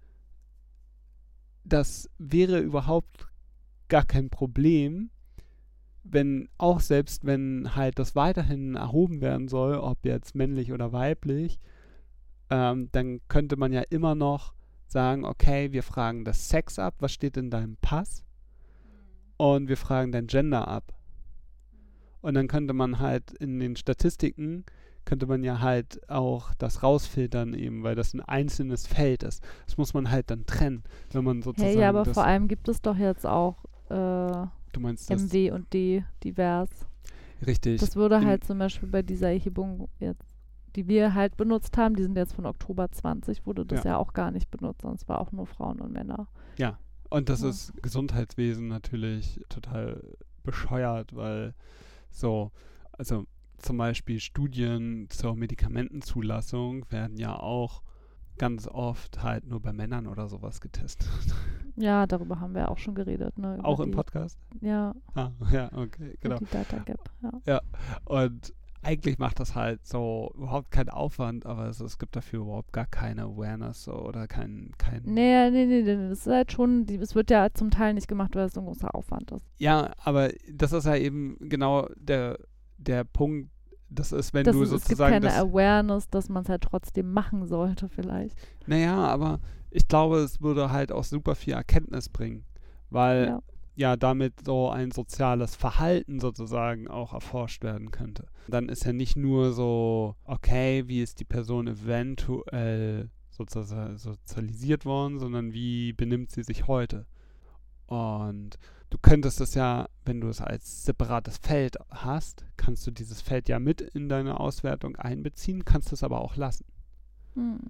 das wäre überhaupt gar kein Problem, wenn auch selbst wenn halt das weiterhin erhoben werden soll, ob jetzt männlich oder weiblich, ähm, dann könnte man ja immer noch sagen, okay, wir fragen das Sex ab, was steht in deinem Pass? Und wir fragen dein Gender ab. Und dann könnte man halt in den Statistiken, könnte man ja halt auch das rausfiltern eben, weil das ein einzelnes Feld ist. Das muss man halt dann trennen, wenn man sozusagen... Hey, ja, aber das, vor allem gibt es doch jetzt auch äh, du meinst das, M W und D divers. richtig. Das würde in- halt zum Beispiel bei dieser Erhebung jetzt, die wir halt benutzt haben, die sind jetzt von Oktober zwanzig, wurde das Ja. ja, auch gar nicht benutzt, sondern es war auch nur Frauen und Männer. Und das Ja. ist Gesundheitswesen natürlich total bescheuert, weil so, also zum Beispiel Studien zur Medikamentenzulassung werden ja auch ganz oft halt nur bei Männern oder sowas getestet. Ja, darüber haben wir auch schon geredet. Ne, über Auch im die, Podcast? Ja, Ah, ja, okay, über genau. die Data Gap. Ja. Und eigentlich macht das halt so überhaupt keinen Aufwand, aber es, es gibt dafür überhaupt gar keine Awareness so, oder kein, kein Nee, nee, nee, nee, das ist halt schon, die, es wird ja zum Teil nicht gemacht, weil es so ein großer Aufwand ist. Ja, aber das ist ja eben genau der, der Punkt, das ist, wenn Das du ist, es gibt sozusagen keine das, Awareness, dass man es halt trotzdem machen sollte vielleicht. naja, aber ich glaube, es würde halt auch super viel Erkenntnis bringen, weil Ja. ja damit so ein soziales Verhalten sozusagen auch erforscht werden könnte. Dann ist ja nicht nur so, okay, wie ist die Person eventuell sozusagen sozialisiert worden, sondern wie benimmt sie sich heute. Und du könntest es ja, wenn du es als separates Feld hast, kannst du dieses Feld ja mit in deine Auswertung einbeziehen, kannst es aber auch lassen. Hm.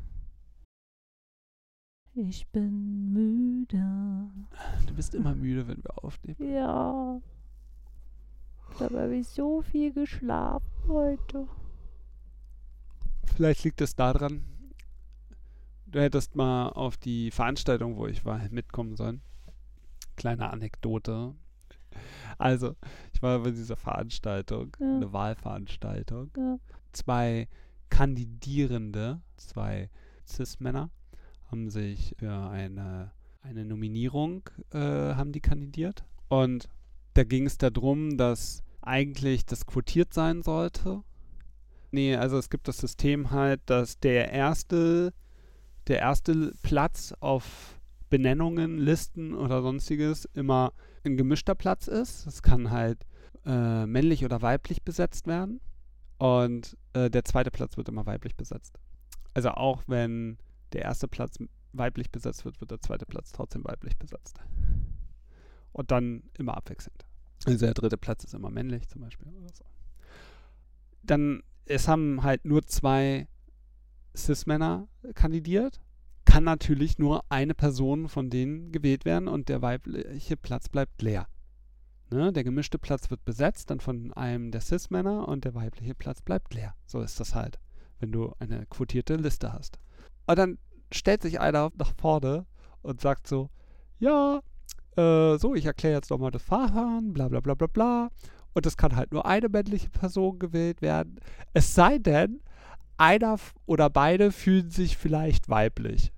Ich bin müde. Du bist immer müde, wenn wir aufnehmen. Ja. Dabei habe ich so viel geschlafen heute. Vielleicht liegt es daran, du hättest mal auf die Veranstaltung, wo ich war, mitkommen sollen. Kleine Anekdote. Also, ich war bei dieser Veranstaltung, Ja. eine Wahlveranstaltung. Ja. Zwei Kandidierende, zwei Cis-Männer, haben sich für eine, eine Nominierung äh, haben die kandidiert. Und da ging es darum, dass eigentlich das quotiert sein sollte. Nee, also es gibt das System halt, dass der erste, der erste Platz auf Benennungen, Listen oder sonstiges immer ein gemischter Platz ist. Es kann halt äh, männlich oder weiblich besetzt werden. Und äh, der zweite Platz wird immer weiblich besetzt. Also auch wenn der erste Platz weiblich besetzt wird, wird der zweite Platz trotzdem weiblich besetzt. Und dann immer abwechselnd. Also der dritte Platz ist immer männlich zum Beispiel oder so. Dann, es haben halt nur zwei Cis-Männer kandidiert. Kann natürlich nur eine Person von denen gewählt werden und der weibliche Platz bleibt leer. Ne? Der gemischte Platz wird besetzt, dann von einem der Cis-Männer und der weibliche Platz bleibt leer. So ist das halt, wenn du eine quotierte Liste hast. Und dann stellt sich einer nach vorne und sagt so, ja, äh, so, ich erkläre jetzt nochmal das Verfahren, bla bla bla bla bla. Und es kann halt nur eine männliche Person gewählt werden. Es sei denn, einer f- oder beide fühlen sich vielleicht weiblich.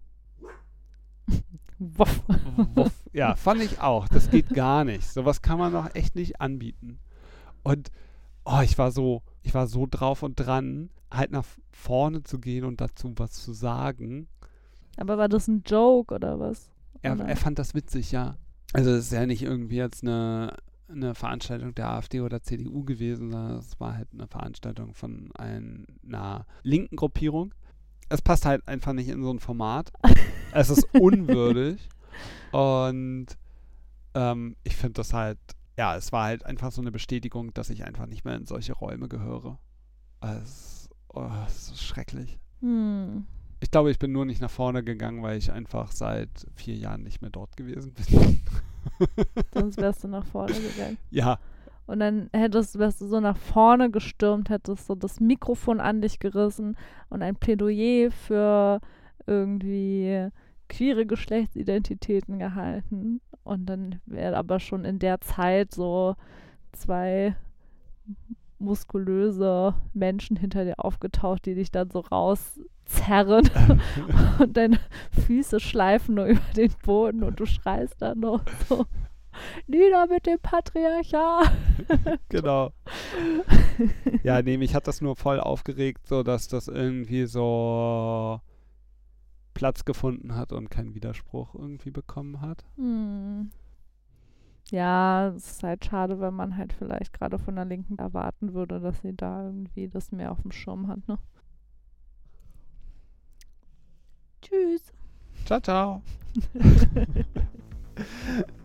Wuff. Wuff. Ja, fand ich auch. Das geht gar nicht. Sowas kann man doch echt nicht anbieten. Und oh, ich war so, ich war so drauf und dran, halt nach vorne zu gehen und dazu was zu sagen. Aber war das ein Joke oder was? Er, Oder? er fand das witzig, ja. Also es ist ja nicht irgendwie jetzt eine, eine Veranstaltung der AfD oder C D U gewesen, sondern es war halt eine Veranstaltung von ein, einer linken Gruppierung. Es passt halt einfach nicht in so ein Format. Es ist unwürdig. Und ähm, ich finde das halt, ja, es war halt einfach so eine Bestätigung, dass ich einfach nicht mehr in solche Räume gehöre. Es, oh, es ist schrecklich. Hm. Ich glaube, ich bin nur nicht nach vorne gegangen, weil ich einfach seit vier Jahren nicht mehr dort gewesen bin. Sonst wärst du nach vorne gegangen. Ja, Und dann hättest, wärst du so nach vorne gestürmt, hättest so das Mikrofon an dich gerissen und ein Plädoyer für irgendwie queere Geschlechtsidentitäten gehalten. Und dann wäre aber schon in der Zeit so zwei muskulöse Menschen hinter dir aufgetaucht, die dich dann so rauszerren und deine Füße schleifen nur über den Boden und du schreist dann noch so, nieder mit dem Patriarchat. genau. Ja, nee, mich hat das nur voll aufgeregt, so dass das irgendwie so Platz gefunden hat und keinen Widerspruch irgendwie bekommen hat. Hm. Ja, es ist halt schade, wenn man halt vielleicht gerade von der Linken erwarten würde, dass sie da irgendwie das mehr auf dem Schirm hat, ne? Tschüss. Ciao, ciao.